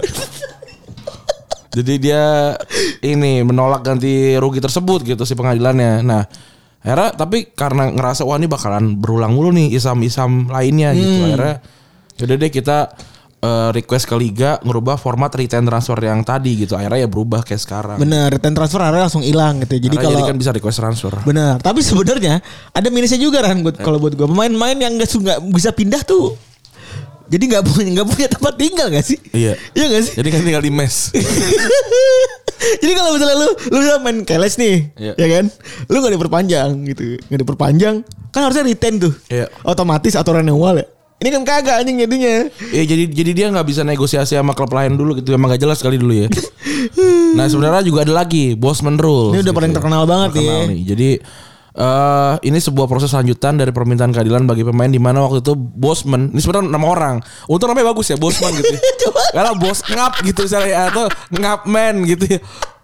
Jadi dia ini menolak ganti rugi tersebut gitu si pengadilannya. Nah, akhirnya tapi karena ngerasa wah ini bakalan berulang mulu nih isam-isam lainnya gitu. Hmm. Akhirnya yaudah deh kita uh, request ke liga ngerubah format retain transfer yang tadi gitu. Akhirnya ya berubah kayak sekarang. Bener, return transfer akhirnya langsung hilang gitu. Jadi Karena kalau jadi kan bisa request transfer. benar, tapi sebenarnya ada minusnya juga kan buat kalau buat gua pemain-pemain yang nggak nggak bisa pindah tuh. Jadi nggak punya nggak punya tempat tinggal nggak sih? Iya. Iya nggak sih? Jadi kan tinggal di mes. Jadi kalau misalnya lu lu bisa main keles nih, Iya. ya kan? Lu nggak diperpanjang gitu, nggak diperpanjang, kan harusnya retain tuh, Iya. otomatis atau renewal ya. Ini kan kagak anjing jadinya. Iya jadi jadi dia nggak bisa negosiasi sama klub lain dulu gitu, emang gak jelas sekali dulu ya. Nah sebenarnya juga ada lagi Bosman Rule. Ini udah paling terkenal banget terkenal ya. nih. Jadi eh ini sebuah proses lanjutan dari permintaan keadilan bagi pemain di mana waktu itu Bosman, ini sebenarnya nama orang. Untuk namanya bagus ya Bosman gitu. Ya. Karena bos ngap gitu misalnya atau ngap man gitu ya.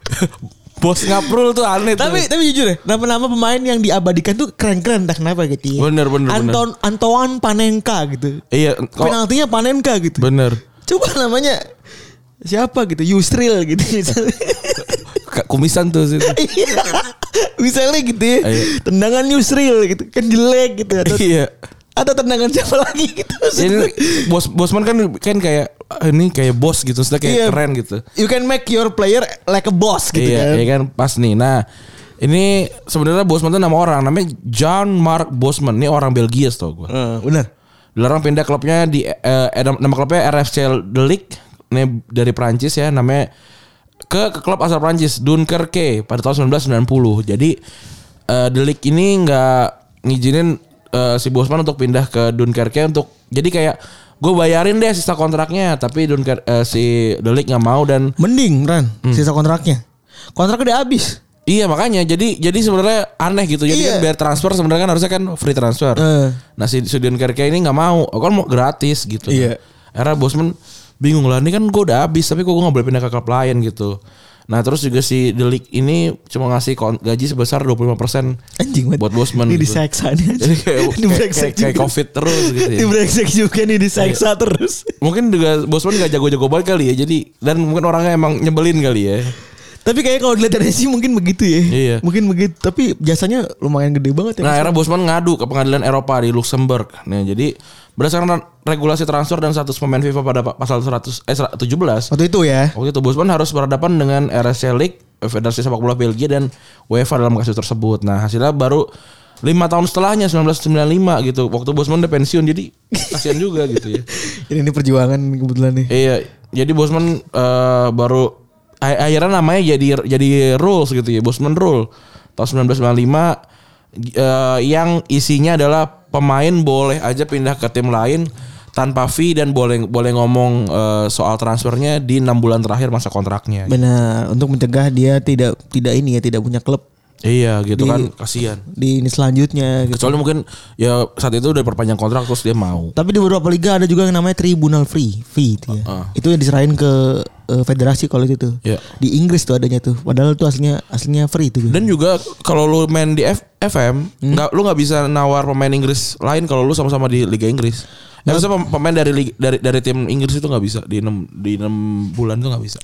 Bos ngap rule tuh aneh tuh. Tapi tapi jujur ya, nama-nama pemain yang diabadikan tuh keren-keren entah kenapa gitu ya. Bener, bener, Anton Antoine Panenka gitu. Iya, kok Penaltinya Panenka gitu. bener. Coba namanya siapa gitu, Yusril gitu misalnya. Ka- Kumisan tuh sih. Iya. Misalnya gitu ya. Iya. Tendangan Yusril gitu. Kan jelek gitu atau Iya. atau tendangan siapa lagi gitu. Ini bos Bosman kan kan kayak ah, ini kayak bos gitu, sudah kayak Iya. keren gitu. You can make your player like a boss gitu Iya, kan. iya kan pas nih. Nah, ini sebenarnya Bosman itu nama orang, namanya John Mark Bosman. Ini orang Belgia tau gue. Uh, benar. Dilarang pindah klubnya di eh, eh, nama klubnya R F C De Ligt. Ini dari Prancis ya, namanya ke, ke klub asal Prancis Dunkerque pada tahun seribu sembilan ratus sembilan puluh. Jadi eh, De Ligt ini nggak ngizinin eh, si Bosman untuk pindah ke Dunkerque untuk jadi kayak gue bayarin deh sisa kontraknya, tapi Dunkerque eh, si De Ligt nggak mau dan Mending Ran Hmm. sisa kontraknya. Kontraknya udah habis. iya makanya jadi jadi sebenarnya aneh gitu. Jadi Iya. kan biar transfer sebenarnya kan harusnya kan free transfer. Eh. Nah si si Dunkerque ini nggak mau, kan mau gratis gitu. Iya. Akhirnya Bosman bingung lah, ini kan gue udah habis tapi kok gue nggak boleh pindah ke klub lain gitu. Nah terus juga si De Ligt ini cuma ngasih kon- gaji sebesar dua puluh lima persen Anjing banget. buat Bosman. Ini gitu. diseksa nih. Jadi kayak, Ini kayak, brengsek kayak, kayak juga. covid terus gitu ya. Ini brengsek juga nih diseksa terus. Mungkin juga Bosman gak jago-jago banget kali ya. Jadi dan mungkin orangnya emang nyebelin kali ya. Tapi kayaknya kalau dilihat dari sih mungkin begitu ya. Iya. Mungkin begitu. Tapi jasanya lumayan gede banget ya. Nah akhirnya Bosman ngadu ke pengadilan Eropa di Luxembourg. Nah jadi berdasarkan regulasi transfer dan status pemain FIFA pada pasal seratus eh tujuh belas. Waktu itu ya. Waktu itu Bosman harus berhadapan dengan R S C League, Federasi Sepak Bola Belgia dan UEFA dalam kasus tersebut. Nah hasilnya baru lima tahun setelahnya seribu sembilan ratus sembilan puluh lima gitu. Waktu Bosman udah pensiun jadi kasihan juga gitu ya. Ini, ini perjuangan kebetulan nih. Iya, jadi Bosman eh, baru a- akhirnya namanya jadi jadi rules gitu ya, Bosman Rule tahun seribu sembilan ratus sembilan puluh lima eh, yang isinya adalah pemain boleh aja pindah ke tim lain tanpa fee dan boleh boleh ngomong eh, soal transfernya di enam bulan terakhir masa kontraknya. Benar, untuk mencegah dia tidak tidak ini ya, tidak punya klub Iya gitu Di- kan, kasihan. di ini selanjutnya gitu. Kecuali mungkin ya saat itu udah perpanjang kontrak terus dia mau. Tapi di beberapa liga ada juga yang namanya tribunal free fee itu ya. Uh. Itu yang diserahin ke uh, federasi kalau itu tuh. Iya. Di Inggris tuh adanya tuh. Padahal tuh aslinya aslinya free tuh. Dan juga kalau lu main di F- FM, nggak lu nggak bisa nawar pemain Inggris lain kalau lu sama-sama di Liga Inggris. Ya, bisa pemain dari lig- dari dari tim Inggris itu nggak bisa di enam di enam bulan itu nggak bisa.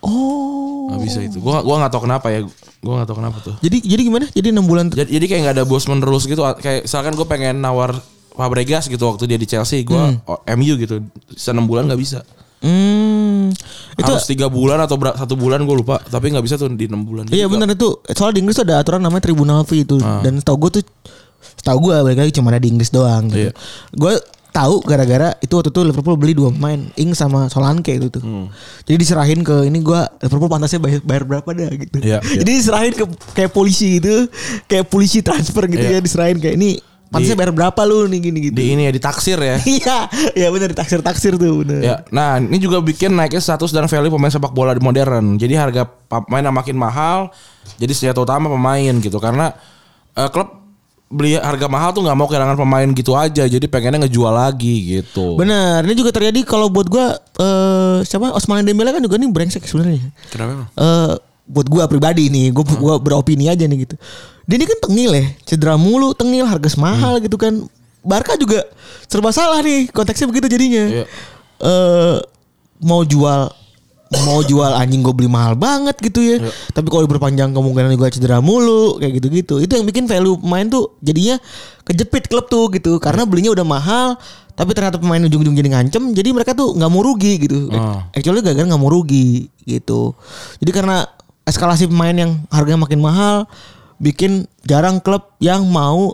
Oh. Nggak bisa itu. Gua gua nggak tahu kenapa ya. Gua nggak tahu kenapa tuh. Jadi jadi gimana? Jadi enam bulan tuh. Jadi, jadi kayak nggak ada Bosman rules gitu. Kayak misalkan gue pengen nawar Fabregas gitu waktu dia di Chelsea, gue M U gitu. enam bulan nggak bisa. Hmm. Itu Harus tiga bulan atau ber- satu bulan gue lupa. Tapi nggak bisa tuh di enam bulan. iya Jadi benar itu. Soal di Inggris tuh ada aturan namanya tribunal fee itu. Ah. Dan setahu gue tuh setahu gue balik lagi cuma ada di Inggris doang gitu. Iya. Gue tahu gara-gara itu waktu itu Liverpool beli dua pemain, Ings sama Solanke itu tuh. Hmm. Jadi diserahin ke ini gue Liverpool pantasnya bayar, bayar berapa dah gitu. Iya, iya. Jadi diserahin ke kayak polisi gitu, kayak polisi transfer gitu Iya. ya diserahin kayak ini pantasnya Di- bayar berapa lu nih gini gitu. di ini ya ditaksir ya. Iya, iya benar taksir-taksir tuh benar. Ya, nah ini juga bikin naiknya status dan value pemain sepak bola di modern. Jadi harga pemain yang makin mahal, jadi senjata utama pemain gitu. Karena eh, klub beli harga mahal tuh nggak mau kehilangan pemain gitu aja. Jadi pengennya ngejual lagi gitu. Benar, ini juga terjadi kalau buat gua eh siapa Ousmane Dembele kan juga nih brengsek sebenarnya. Kenapa emang? Eh buat gua pribadi nih, gua gua beropini aja nih gitu. Dia ini kan tengil ya, cedera mulu, tengil, harga semahal gitu kan. Barca juga serba salah nih, konteksnya begitu jadinya. Iya. Eh mau jual mau jual anjing gue beli mahal banget gitu ya. Iya. Tapi kalau diperpanjang kemungkinan juga cedera mulu kayak gitu-gitu. Itu yang bikin value pemain tuh jadinya kejepit klub tuh gitu. Karena belinya udah mahal tapi ternyata pemain ujung-ujung jadi ngancem. Jadi mereka tuh nggak mau rugi gitu. Ah. Actually gara-gara nggak mau rugi gitu. Jadi karena eskalasi pemain yang harganya makin mahal bikin jarang klub yang mau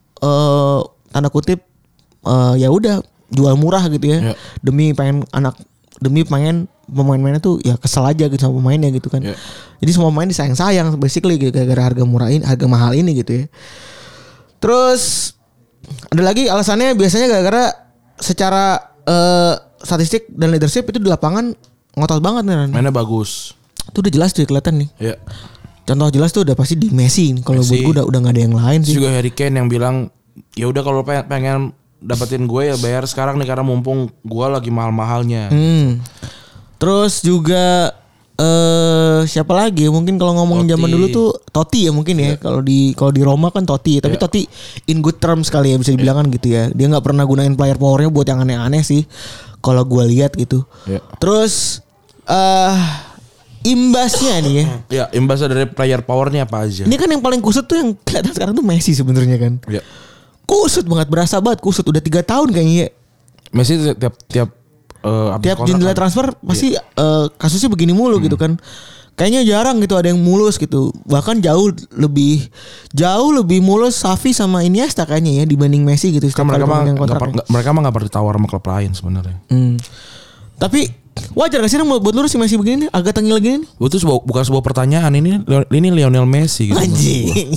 eh tanda kutip eh ya udah jual murah gitu ya. Iya. Demi pengen anak demi pengen pemain-pemainnya tuh ya kesel aja gitu sama pemainnya gitu kan. Iya. Jadi semua pemain disayang-sayang basically gitu gara-gara harga murah ini, harga mahal ini gitu ya. Terus ada lagi alasannya biasanya gara-gara secara eh, statistik dan leadership itu di lapangan ngotot banget nih. Ran. Mainnya bagus. Itu udah jelas tuh kelihatan nih. Ya. Contoh jelas tuh udah pasti di Messi. Kalau buat Messi. gue udah udah gak ada yang lain Terus sih. juga Harry Kane yang bilang ya udah kalau pengen, pengen dapetin gue ya bayar sekarang nih karena mumpung gue lagi mahal-mahalnya. Hmm. Terus juga eh siapa lagi? Mungkin kalau ngomongin Totti. zaman dulu tuh Totti ya mungkin ya. Kalau di kalau di Roma kan Totti, tapi Iya. Totti in good terms kali ya bisa dibilang kan gitu ya. Dia nggak pernah gunain player powernya buat yang aneh-aneh sih. Kalau gue lihat gitu. Iya. Terus eh imbasnya nih ya. Ya imbasnya dari player powernya apa aja. Ini kan yang paling kusut tuh yang kelihatan sekarang tuh Messi sebenarnya kan. Ya. Kusut banget, berasa banget kusut. Udah tiga tahun kayaknya ya. Messi tiap tiap uh, habis Tiap kontrak jendela kan. transfer pasti eh, kasusnya begini mulu gitu kan. Kayaknya jarang gitu ada yang mulus gitu. Bahkan jauh lebih jauh lebih mulus Xavi sama Iniesta kayaknya ya dibanding Messi gitu. Kan setiap mereka kali mah pemegang nggak kontraknya. per- nggak- mereka mah nggak pernah ditawar sama klub lain sebenarnya. Hmm. Tapi wajar gak sih Ram, buat lu si Messi begini nih, agak tengil gini nih? Itu sebuah, bukan sebuah pertanyaan ini ini Lionel Messi gitu. Anjing.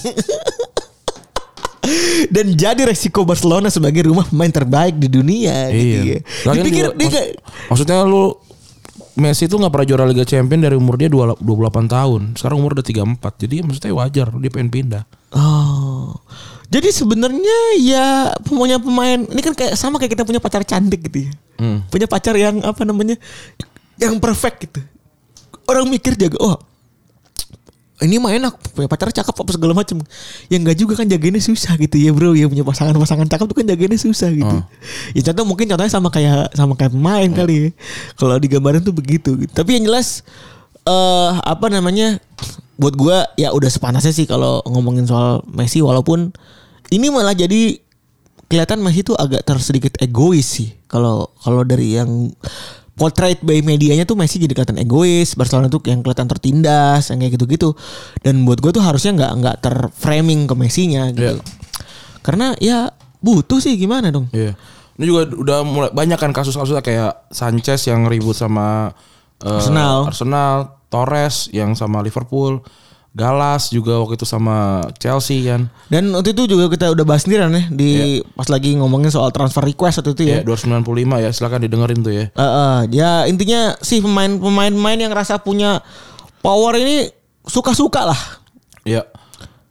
Dan jadi resiko Barcelona sebagai rumah pemain terbaik di dunia gitu Iya. ya. Lagian Dipikir juga, dia mak- gak- maksudnya lu Messi itu nggak pernah juara Liga Champions dari umur dia dua puluh delapan tahun. Sekarang umur udah tiga puluh empat. Jadi maksudnya wajar dia pengen pindah. Oh. Jadi sebenarnya ya punya pemain ini kan kayak sama kayak kita punya pacar cantik gitu ya. Hmm. Punya pacar yang apa namanya? Yang perfect gitu. Orang mikir jaga, oh ini mah enak, punya pacar cakep apa segala macam. Ya enggak juga kan jagainnya susah gitu ya bro. Ya punya pasangan-pasangan cakep tuh kan jagainnya susah gitu. Oh. Ya contoh mungkin contohnya sama kayak sama kayak pemain kali ya. Kalau digambarin tuh begitu gitu. Tapi yang jelas eh apa namanya? Buat gua ya udah sepantasnya sih kalau ngomongin soal Messi, walaupun ini malah jadi kelihatan Messi tuh agak tersedikit egois sih. Kalau kalau dari yang portrait by medianya tuh Messi jadi kelihatan egois, Barcelona tuh yang kelihatan tertindas, yang kayak gitu-gitu. Dan buat gue tuh harusnya nggak nggak terframing ke Messi-nya gitu. Iya. Karena ya butuh sih gimana dong? Iya. Ini juga udah mulai banyak kan kasus-kasusnya kayak Sanchez yang ribut sama eh, Arsenal. Arsenal, Torres yang sama Liverpool, Galas juga waktu itu sama Chelsea kan. Dan waktu itu juga kita udah bahas sendiri ya di pas lagi ngomongin soal transfer request waktu itu Ya, ya. dua ratus sembilan puluh lima ya, silakan didengerin tuh ya. Eh, eh, ya intinya sih pemain-pemain-pemain yang rasa punya power ini suka-suka lah. Iya.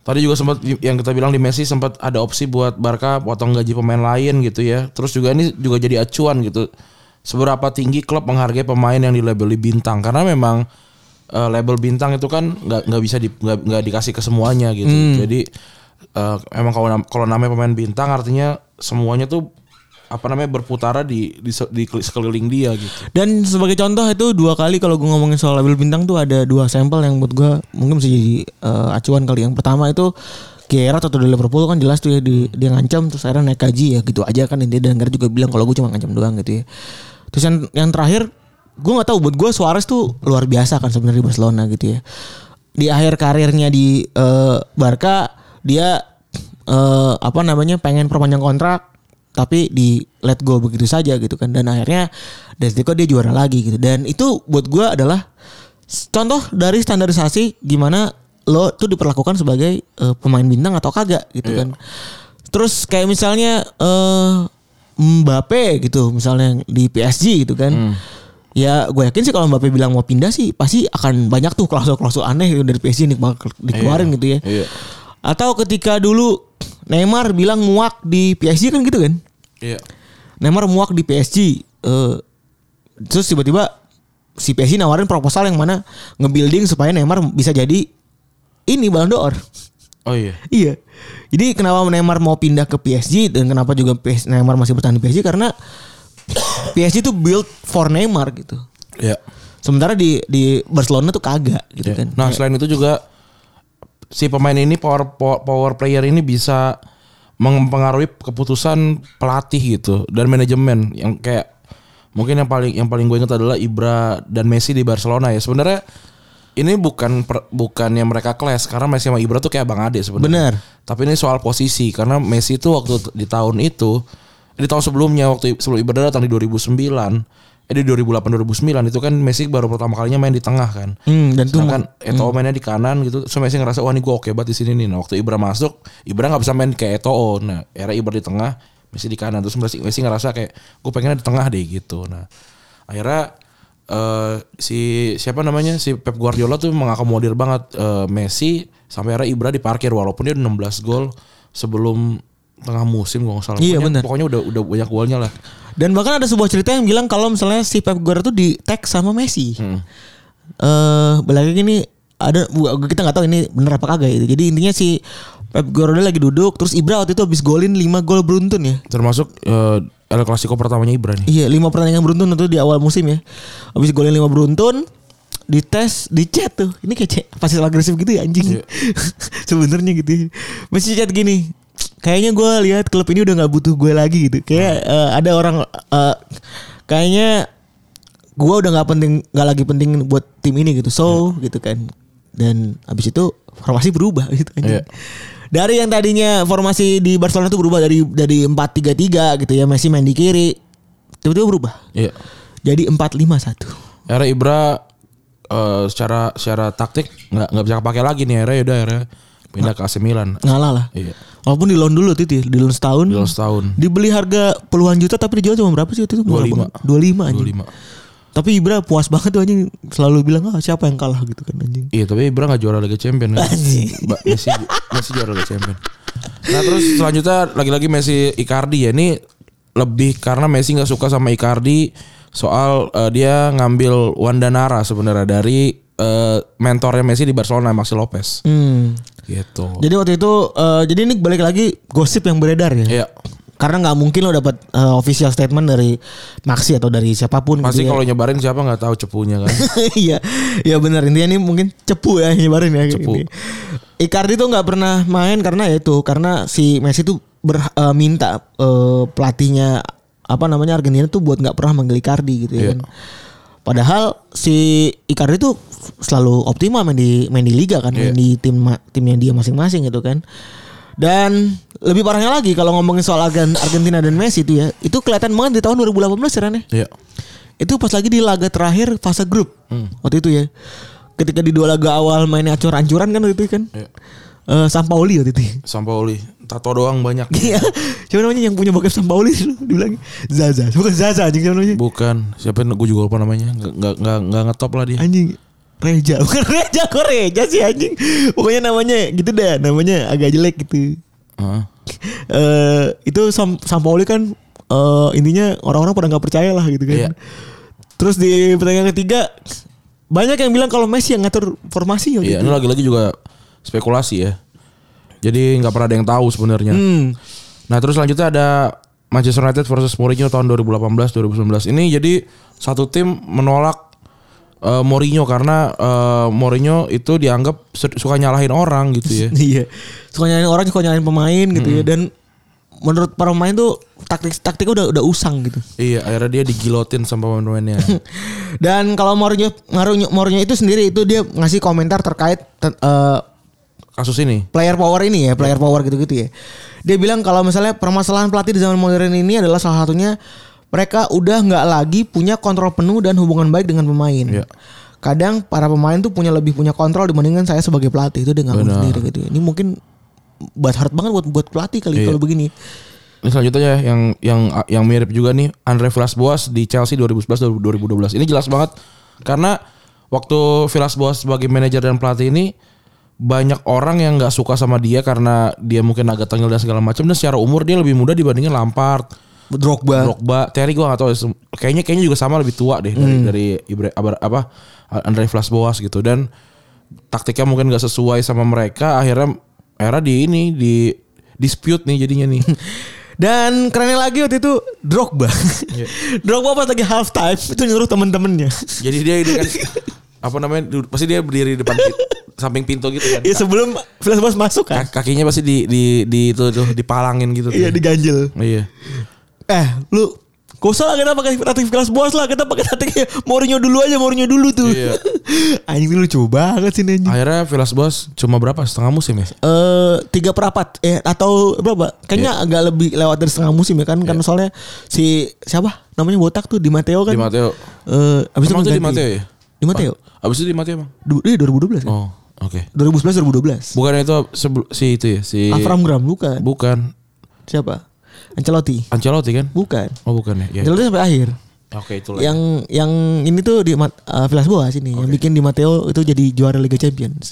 Tadi juga sempat yang kita bilang di Messi sempat ada opsi buat Barca potong gaji pemain lain gitu ya. Terus juga ini juga jadi acuan gitu. Seberapa tinggi klub menghargai pemain yang dilabeli bintang, karena memang uh, label bintang itu kan nggak nggak bisa di, nggak nggak dikasih ke semuanya gitu. Hmm. Jadi uh, emang kalau kalau namanya pemain bintang artinya semuanya tuh apa namanya berputara di, di di sekeliling dia gitu. Dan sebagai contoh itu dua kali kalau gue ngomongin soal label bintang tuh ada dua sampel yang buat gue mungkin bisa jadi uh, acuan kali. Yang pertama itu Gerrard atau di Liverpool kan jelas tuh ya di, dia ngancam terus akhirnya naik gaji ya gitu aja kan, intinya. Dan Gerrard juga bilang kalau gue cuma ngancam doang gitu ya. Terus yang yang terakhir gue nggak tahu, buat gue Suarez tuh luar biasa kan sebenarnya di Barcelona gitu ya. Di akhir karirnya di uh, Barca dia uh, apa namanya pengen perpanjang kontrak tapi di let go begitu saja gitu kan, dan akhirnya Atletico dia juara lagi gitu. Dan itu buat gue adalah contoh dari standarisasi gimana lo tuh diperlakukan sebagai uh, pemain bintang atau kagak gitu kan. Terus kayak misalnya uh, Mbappe gitu misalnya di P S G gitu kan. Hmm. Ya gue yakin sih kalau Mbappe bilang mau pindah sih pasti akan banyak tuh klausul-klausul aneh gitu dari P S G dikeluarin. Iya. Gitu ya. Iya. Atau ketika dulu Neymar bilang muak di P S G kan gitu kan. Iya. Neymar muak di P S G. Uh, terus tiba-tiba si P S G nawarin proposal yang mana nge-building supaya Neymar bisa jadi ini Ballon d'Or. Oh iya. Iya. Jadi kenapa Neymar mau pindah ke P S G dan kenapa juga P S G, Neymar masih bertahan di P S G karena P S G tuh build for Neymar gitu. Iya. Sementara di di Barcelona tuh kagak gitu kan. Nah, selain itu juga si pemain ini power power player ini bisa mempengaruhi keputusan pelatih gitu dan manajemen, yang kayak mungkin yang paling yang paling gue ingat adalah Ibra dan Messi di Barcelona ya. Sebenarnya ini bukan per, bukan yang mereka clash karena Messi sama Ibra tuh kayak bang ade sebenarnya. Benar. Tapi ini soal posisi karena Messi tuh waktu di tahun itu di tahun sebelumnya waktu sebelum Ibra datang di dua ribu sembilan eh di dua ribu delapan dua ribu sembilan itu kan Messi baru pertama kalinya main di tengah kan. Hmm, dan tuh kan Eto'o hmm. mainnya di kanan gitu. So Messi ngerasa wah ini gue oke banget di sini nih. Nah waktu Ibra masuk, Ibra nggak bisa main kayak Eto'o. Nah era Ibra di tengah, Messi di kanan. Terus Messi, Messi ngerasa kayak gue pengennya di tengah deh gitu. Nah akhirnya uh, si siapa namanya si Pep Guardiola tuh mengakomodir banget uh, Messi sampai akhirnya Ibra diparkir walaupun dia enam belas gol sebelum tengah musim gue nggak salah. Iya, pokoknya, pokoknya udah udah banyak golnya lah. Dan bahkan ada sebuah cerita yang bilang kalau misalnya si Pep Guardiola tuh di tag sama Messi. Hmm. Uh, belakang ini ada kita nggak tahu ini bener apa kagak itu. Jadi intinya si Pep Guardiola lagi duduk terus Ibra waktu itu habis golin lima gol beruntun ya. Termasuk uh, El Clasico pertamanya Ibra nih. Iya, lima pertandingan beruntun itu di awal musim ya. Habis golin lima beruntun, dites, dichat tuh. Ini kayak pasti agresif gitu ya anjing. Yeah. Sebenarnya gitu. Masih chat gini. Kayaknya gue lihat klub ini udah nggak butuh gue lagi gitu. Kayak uh, ada orang uh, kayaknya gue udah nggak penting, nggak lagi penting buat tim ini gitu. So yeah. gitu kan. Dan abis itu formasi berubah gitu kan. Yeah. Dari yang tadinya formasi di Barcelona itu berubah dari dari empat tiga tiga gitu ya, Messi main di kiri, tiba-tiba berubah. Iya. Jadi empat lima satu. Era Ibra uh, secara secara taktik nggak nggak bisa pakai lagi nih era udah era pindah ke A C Milan. Ngalah lah. Iya. Walaupun di loan dulu tuh, di loan setahun. Di loan setahun. Dibeli harga puluhan juta tapi dijual cuma berapa sih waktu itu? dua puluh lima. dua puluh lima anjing. dua puluh lima. Tapi Ibra puas banget tuh anjing, selalu bilang ah siapa yang kalah gitu kan anjing. Iya, tapi Ibra enggak juara Liga Champions kan. Messi Messi juara Liga Champions. Nah, terus selanjutnya lagi-lagi Messi Icardi ya. Ini lebih karena Messi enggak suka sama Icardi soal uh, dia ngambil Wandanara sebenarnya dari uh, mentornya Messi di Barcelona, Maxi Lopez. Hmm. Gitu. Jadi waktu itu uh, jadi ini balik lagi gosip yang beredar ya. Iya. Karena nggak mungkin lo dapat uh, official statement dari Maxi atau dari siapapun. Pasti gitu kalau ya. Nyebarin siapa nggak tahu cepunya kan. Iya, iya benar, intinya ini mungkin cepu ya nyebarin ya. Cepu. Gitu. Icardi tuh nggak pernah main karena ya itu karena si Messi tuh ber, uh, minta uh, pelatihnya apa namanya Argentina tuh buat nggak pernah manggil Icardi gitu ya. Iya. Kan. Padahal si Icardi tuh selalu optimal main di main di liga kan, yeah. main di tim timnya dia masing-masing gitu kan. Dan lebih parahnya lagi kalau ngomongin soal Argentina dan Messi itu ya, itu kelihatan banget di tahun dua ribu delapan belas ya. Yeah. Itu pas lagi di laga terakhir fase grup hmm. waktu itu ya. Ketika di dua laga awal mainnya acur-ancuran kan waktu itu kan. Yeah. Uh, Sampaoli waktu itu. Sampaoli, tato doang banyak. Iya. Siapa namanya yang punya bokep Sampaoli dulu dibilang Zaza. Bukan Zaza anjing siapa namanya? Bukan. Siapa gue juga lupa namanya. Enggak enggak enggak ngetop lah dia. Anjing. Reja, bukan Reja, kok Reja sih anjing. Pokoknya namanya gitu dah, namanya agak jelek gitu. Heeh. Eh itu Sam Sampaoli kan eh, intinya orang-orang pada nggak percaya lah gitu kan. Iya. Terus di pertandingan ketiga banyak yang bilang kalau Messi yang ngatur formasi ya. Iya, gitu. ini lagi-lagi juga spekulasi ya. Jadi nggak pernah ada yang tahu sebenarnya. Hmm. Nah, terus selanjutnya ada Manchester United versus Mourinho tahun dua ribu delapan belas dua ribu sembilan belas. Ini jadi satu tim menolak uh, Mourinho karena uh, Mourinho itu dianggap suka nyalahin orang gitu ya. Iya. Suka nyalahin orang, suka nyalahin pemain gitu Hmm. ya. Dan menurut para pemain tuh taktik taktiknya udah udah usang gitu. Iya, akhirnya dia digilotin sama pemain-pemainnya. Dan kalau Mourinho Mourinho Mourinho itu sendiri itu dia ngasih komentar terkait te- uh, Kasus ini. player power ini ya, player power gitu-gitu ya. Dia bilang kalau misalnya permasalahan pelatih di zaman modern ini adalah salah satunya mereka udah nggak lagi punya kontrol penuh dan hubungan baik dengan pemain. Iya. Kadang para pemain tuh punya lebih punya kontrol dibandingkan saya sebagai pelatih, itu dia ngaku Benar. sendiri gitu. Ini mungkin buat hard banget buat buat pelatih kali Iya. kalau begini. Ini selanjutnya ya yang yang yang mirip juga nih Andre Villas-Boas di Chelsea dua ribu sebelas dua ribu dua belas. Ini jelas banget karena waktu Villas-Boas sebagai manajer dan pelatih ini banyak orang yang nggak suka sama dia karena dia mungkin agak tengil dan segala macam, dan secara umur dia lebih muda dibandingin Lampard, Drogba. Drogba, Terry gue nggak tahu ya. Kayaknya kayaknya juga sama lebih tua deh dari dari Ibra, apa, apa Andre Villas-Boas gitu, dan taktiknya mungkin nggak sesuai sama mereka, akhirnya akhirnya di ini di dispute nih jadinya nih. Dan kerennya lagi waktu itu Drogba. Drogba pas lagi half time itu nyuruh temen-temennya. Jadi dia ini kan apa namanya, pasti dia berdiri di depan samping pintu gitu kan. Ya sebelum Villas-Boas masuk kan. Ka- kakinya pasti di di di itu tuh dipalangin gitu tuh. Iya diganjel. Iya. Eh lu gak usah lah kita pakai taktik Villas-Boas lah, kita pakai taktiknya Mourinho dulu aja, Mourinho dulu tuh. Iya. Anjing lu coba banget sih anjing. Akhirnya Villas-Boas cuma berapa, setengah musim ya? Eh tiga perapat eh atau berapa? Kayaknya agak lebih lewat dari setengah musim ya kan, kan soalnya si siapa namanya botak tuh Di Matteo kan. Di Matteo. Eh abis Emang itu itu Di Matteo ya? Di Matteo. Abis itu Di Matteo emang? Du- eh, dua ribu dua belas kan? Oh, oke. dua ribu sebelas dua ribu dua belas. Bukan itu sebelum si itu ya, si Avram Graham bukan. Bukan. Siapa? Ancelotti. Ancelotti kan? Bukan. Oh, bukan ya. Ya. Ancelotti sampai akhir. Oke, itulah. Yang yang ini tuh di Mat- uh, Villas-Boas ini yang bikin Di Matteo itu jadi juara Liga Champions.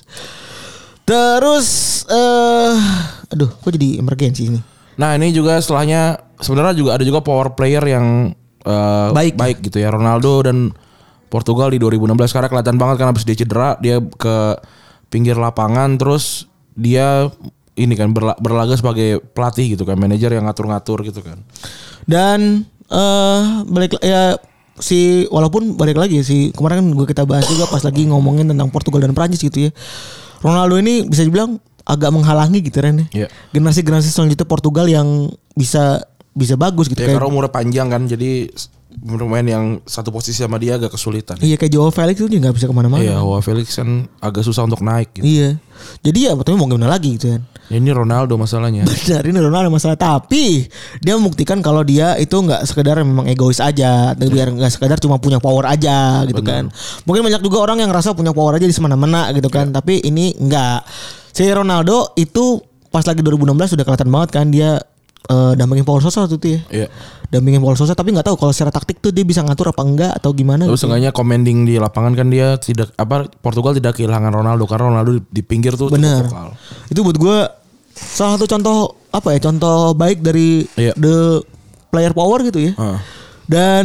Terus eh aduh, kok jadi emergensi ini. Nah, ini juga setelahnya sebenarnya juga ada juga power player yang eh, Baik. baik gitu ya. Ronaldo dan Portugal di dua ribu enam belas karena kelihatan banget kan habis dia cedera, dia ke pinggir lapangan terus dia ini kan berla- berlaga sebagai pelatih gitu kan, manajer yang ngatur-ngatur gitu kan. Dan eh balik ya si walaupun balik lagi si kemarin kan gue kita bahas juga pas lagi ngomongin tentang Portugal dan Prancis gitu ya. Ronaldo ini bisa dibilang agak menghalangi gitu Ren ya. Iya. Generasi-generasi selanjutnya Portugal yang bisa bisa bagus gitu Ya kayak karena umurnya panjang kan, jadi pemain yang satu posisi sama dia agak kesulitan. iya kayak Joao Felix itu juga nggak bisa kemana-mana. Iya, Joao Felix kan agak susah untuk naik gitu. Iya. Jadi ya betulnya mau gimana lagi gitu kan. Ya, ini Ronaldo masalahnya. Benar, ini Ronaldo masalah, tapi dia membuktikan kalau dia itu nggak sekedar memang egois aja, biar nggak sekedar cuma punya power aja gitu kan. Mungkin banyak juga orang yang ngerasa punya power aja di semena-mena gitu kan, tapi ini enggak. Si Ronaldo itu pas lagi dua ribu enam belas sudah kelihatan banget kan dia eh, dampingin Paul Sosa waktu itu ya. Iya. Dampingin Paul Sosa, tapi nggak tahu kalau secara taktik tuh dia bisa ngatur apa enggak atau gimana. Terus gitu. seenggaknya commanding di lapangan kan dia tidak apa Portugal tidak kehilangan Ronaldo karena Ronaldo di, di pinggir tuh cukup Bener. vokal. Itu buat gue salah satu contoh apa ya, contoh baik dari Iya. the player power gitu ya. Heeh. Dan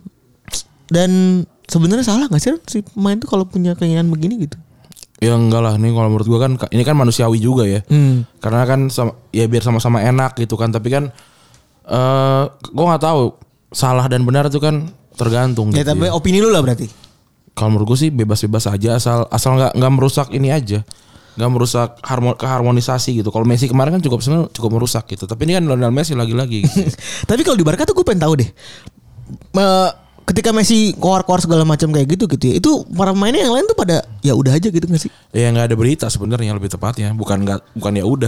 dan sebenarnya salah nggak sih si pemain tuh kalau punya keinginan begini gitu? Ya enggak lah, nih kalau menurut gua kan ini kan manusiawi juga ya. Hmm. Karena kan sama, ya biar sama-sama enak gitu kan, tapi kan eh gua nggak tahu salah dan benar itu kan tergantung Ya gitu. tapi ya. opini lu lah berarti. Kalau menurut gua sih bebas-bebas aja asal asal nggak nggak merusak ini aja. Nggak merusak harmo, keharmonisasi gitu. Kalau Messi kemarin kan cukup sebenarnya cukup merusak gitu. Tapi ini kan Lionel Messi lagi-lagi gitu. Tapi kalau di Barca tuh gue pengen tahu deh. Eh, ketika Messi keluar-keluar segala macam kayak gitu gitu ya. Itu para pemainnya yang lain tuh pada ya udah aja gitu gak sih? Ya nggak ada berita sebenarnya lebih tepatnya. Bukan nggak bukan ya udah.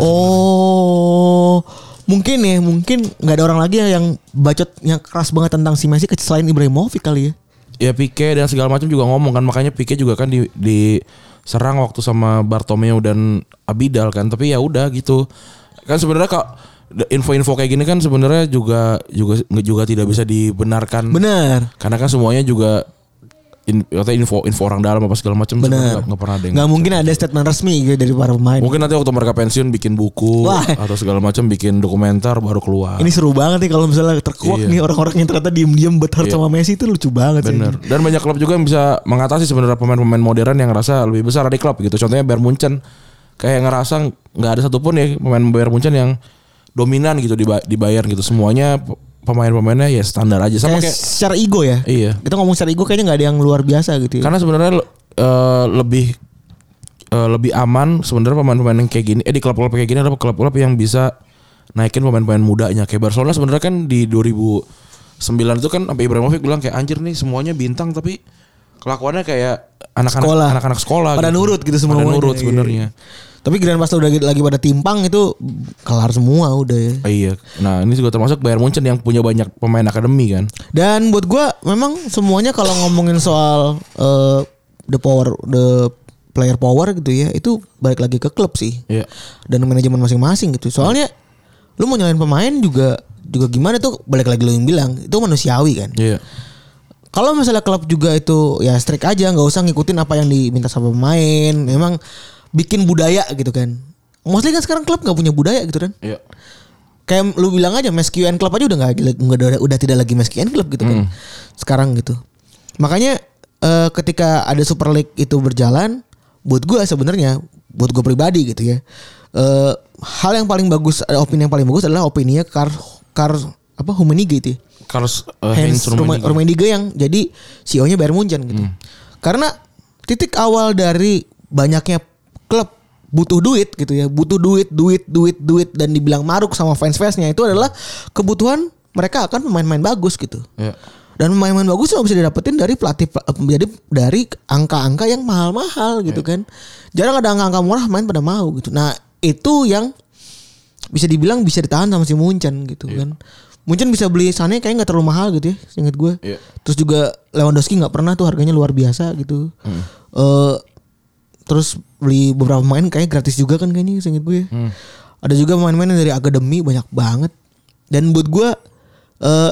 Oh, mungkin ya, mungkin nggak ada orang lagi yang bacot yang keras banget tentang si Messi selain Ibrahimovic kali ya. Ya Pique dan segala macam juga ngomong kan, makanya Pique juga kan di diserang waktu sama Bartomeu dan Abidal kan, tapi ya udah gitu. Kan sebenarnya kalau info-info kayak gini kan sebenarnya juga juga juga tidak bisa dibenarkan. Benar. Karena kan semuanya juga in, info info orang dalam apa segala macam. Benar. Nggak pernah ada. Nggak mungkin ada statement resmi gitu dari para pemain. Mungkin nanti waktu mereka pensiun bikin buku Wah. atau segala macam, bikin dokumenter baru keluar. Ini seru banget nih kalau misalnya terkuak Iya. nih orang-orang yang ternyata diem-diem berharap Iya. sama Messi itu lucu banget sih. Bener. Dan banyak klub juga yang bisa mengatasi sebenarnya pemain-pemain modern yang ngerasa lebih besar dari klub gitu. Contohnya Bayern Munchen kayak ngerasa nggak ada satupun ya pemain Bayern Munchen yang dominan gitu di di Bayern gitu. Semuanya pemain-pemainnya ya standar aja sama Kayak kayak secara ego ya. Iya. Kita ngomong secara ego kayaknya nggak ada yang luar biasa gitu ya. Karena sebenarnya uh, lebih uh, lebih aman sebenarnya pemain-pemain yang kayak gini eh di klub-klub kayak gini adalah klub-klub yang bisa naikin pemain-pemain mudanya. Kayak Barcelona sebenarnya kan di dua ribu sembilan itu kan sampai Ibrahimovic bilang kayak anjir nih semuanya bintang tapi kelakuannya kayak anak-anak Sekolah. anak-anak sekolah Pada gitu. nurut gitu semuanya. Pada nurut Iya. sebenarnya. Tapi giliran pas udah lagi pada timpang itu kelar semua udah ya. Ah, iya. Nah, ini juga termasuk Bayern Munchen yang punya banyak pemain akademi kan. Dan buat gua memang semuanya kalau ngomongin soal uh, the power the player power gitu ya, itu balik lagi ke klub sih. Iya. Dan manajemen masing-masing gitu. Soalnya lu mau nyalain pemain juga juga gimana tuh balik lagi lu yang bilang, itu manusiawi kan. Iya. Kalau misalnya klub juga itu ya strict aja, nggak usah ngikutin apa yang diminta sama pemain. Memang bikin budaya gitu kan. Mostly kan sekarang klub nggak punya budaya gitu kan. Iya. Kayak lu bilang aja Messi Q N Club aja udah nggak udah, udah tidak lagi Messi Q N Club gitu kan. Hmm. Sekarang gitu. Makanya eh, ketika ada Super League itu berjalan, buat gue sebenarnya, buat gue pribadi gitu ya. Eh, hal yang paling bagus, opini yang paling bagus adalah opininya Kar Kar apa Rummenigge itu. Ya. Carlos uh, Heinz Heinz Rummenigge. Rummenigge yang jadi C E O-nya Bayern Munchen gitu. Hmm. Karena titik awal dari banyaknya klub butuh duit gitu ya, butuh duit, duit, duit, duit dan dibilang maruk sama fans-fansnya itu adalah kebutuhan mereka akan pemain-pemain bagus gitu. Iya. Dan pemain-pemain bagus cuma bisa didapetin dari pelatih, jadi dari angka-angka yang mahal-mahal gitu kan. Jarang ada angka-angka murah main pada mau gitu. Nah itu yang bisa dibilang bisa ditahan sama si Munchen gitu Iya. kan. Munchen bisa beli Sané kayaknya nggak terlalu mahal gitu ya, seingat gue. Iya. Terus juga Lewandowski nggak pernah tuh harganya luar biasa gitu. Hmm. Eh, terus beli beberapa pemain kayaknya gratis juga kan kayaknya, seingat gue. Hmm. Ada juga pemain-pemain yang dari akademi banyak banget. Dan buat gue eh,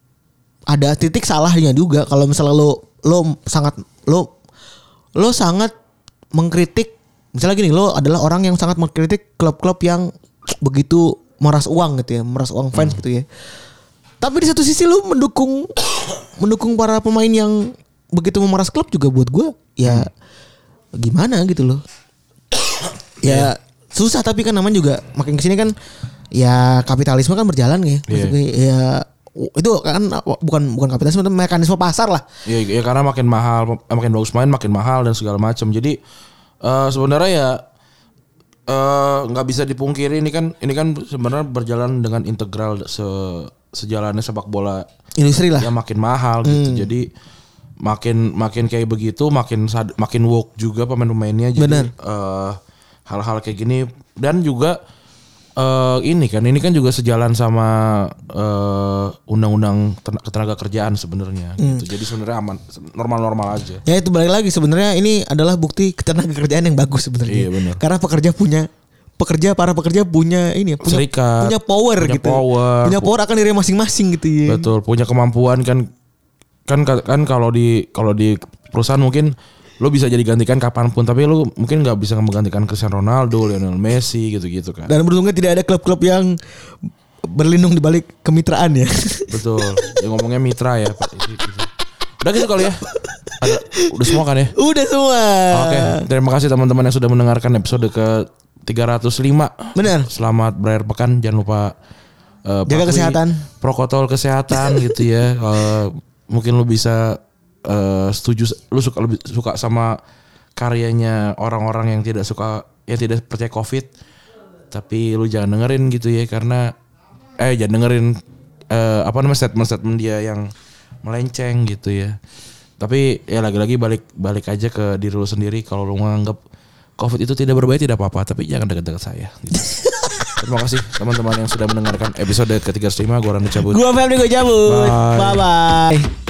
ada titik salahnya juga kalau misalnya lo lo sangat lo lo sangat mengkritik, misalnya gini, lo adalah orang yang sangat mengkritik klub-klub yang begitu meras uang gitu ya, meras uang fans hmm. gitu ya. Tapi di satu sisi lo mendukung mendukung para pemain yang begitu memeras klub juga, buat gue ya hmm. gimana gitu loh. Ya susah, tapi kan namanya juga makin kesini kan ya kapitalisme kan berjalan ya. Maksudnya ya itu kan bukan bukan kapitalisme, itu mekanisme pasar lah. Iya, ya, karena makin mahal, makin bagus main makin mahal dan segala macam. Jadi uh, sebenarnya ya nggak uh, bisa dipungkiri ini kan ini kan sebenarnya berjalan dengan integral se sejalannya sepak bola industri lah. Ya makin mahal hmm. gitu. Jadi makin makin kayak begitu makin sad, makin woke juga pemain-pemainnya. Jadi uh, hal-hal kayak gini dan juga Uh, ini kan ini kan juga sejalan sama uh, undang-undang ketenaga kerjaan sebenarnya hmm. gitu. Jadi sebenarnya aman, normal-normal aja. Ya itu balik lagi sebenarnya ini adalah bukti ketenaga kerjaan yang bagus sebenarnya. Iya, benar. Karena pekerja punya pekerja para pekerja punya ini punya serikat, punya power punya gitu. Power, punya power akan diri masing-masing gitu ya. Betul, punya kemampuan kan kan kan kalau di kalau di perusahaan mungkin lo bisa jadi gantikan kapanpun, tapi lo mungkin nggak bisa menggantikan Cristiano Ronaldo, Lionel Messi gitu-gitu kan. Dan beruntungnya tidak ada klub-klub yang berlindung di balik kemitraan ya. Betul. Ya ngomongnya mitra ya. Udah gitu kali ya. Ada, udah semua kan ya? Udah semua. Oke, terima kasih teman-teman yang sudah mendengarkan episode ke tiga ratus lima. Benar. Selamat berakhir pekan. Jangan lupa uh, jaga kesehatan. Protokol kesehatan gitu ya. Uh, mungkin lo bisa Uh, setuju, lu suka lebih suka sama karyanya orang-orang yang tidak suka, yang tidak percaya COVID, tapi lu jangan dengerin gitu ya, karena eh jangan dengerin uh, apa namanya statement-statement dia yang melenceng gitu ya. Tapi ya lagi-lagi balik balik aja ke diri lu sendiri. Kalau lu menganggap COVID itu tidak berbahaya, tidak apa-apa, tapi jangan dekat-dekat saya gitu. Terima kasih teman-teman yang sudah mendengarkan episode ke tiga ratus lima. Gua Randy cabut. Gua Febri, gua cabut. Bye. Bye bye.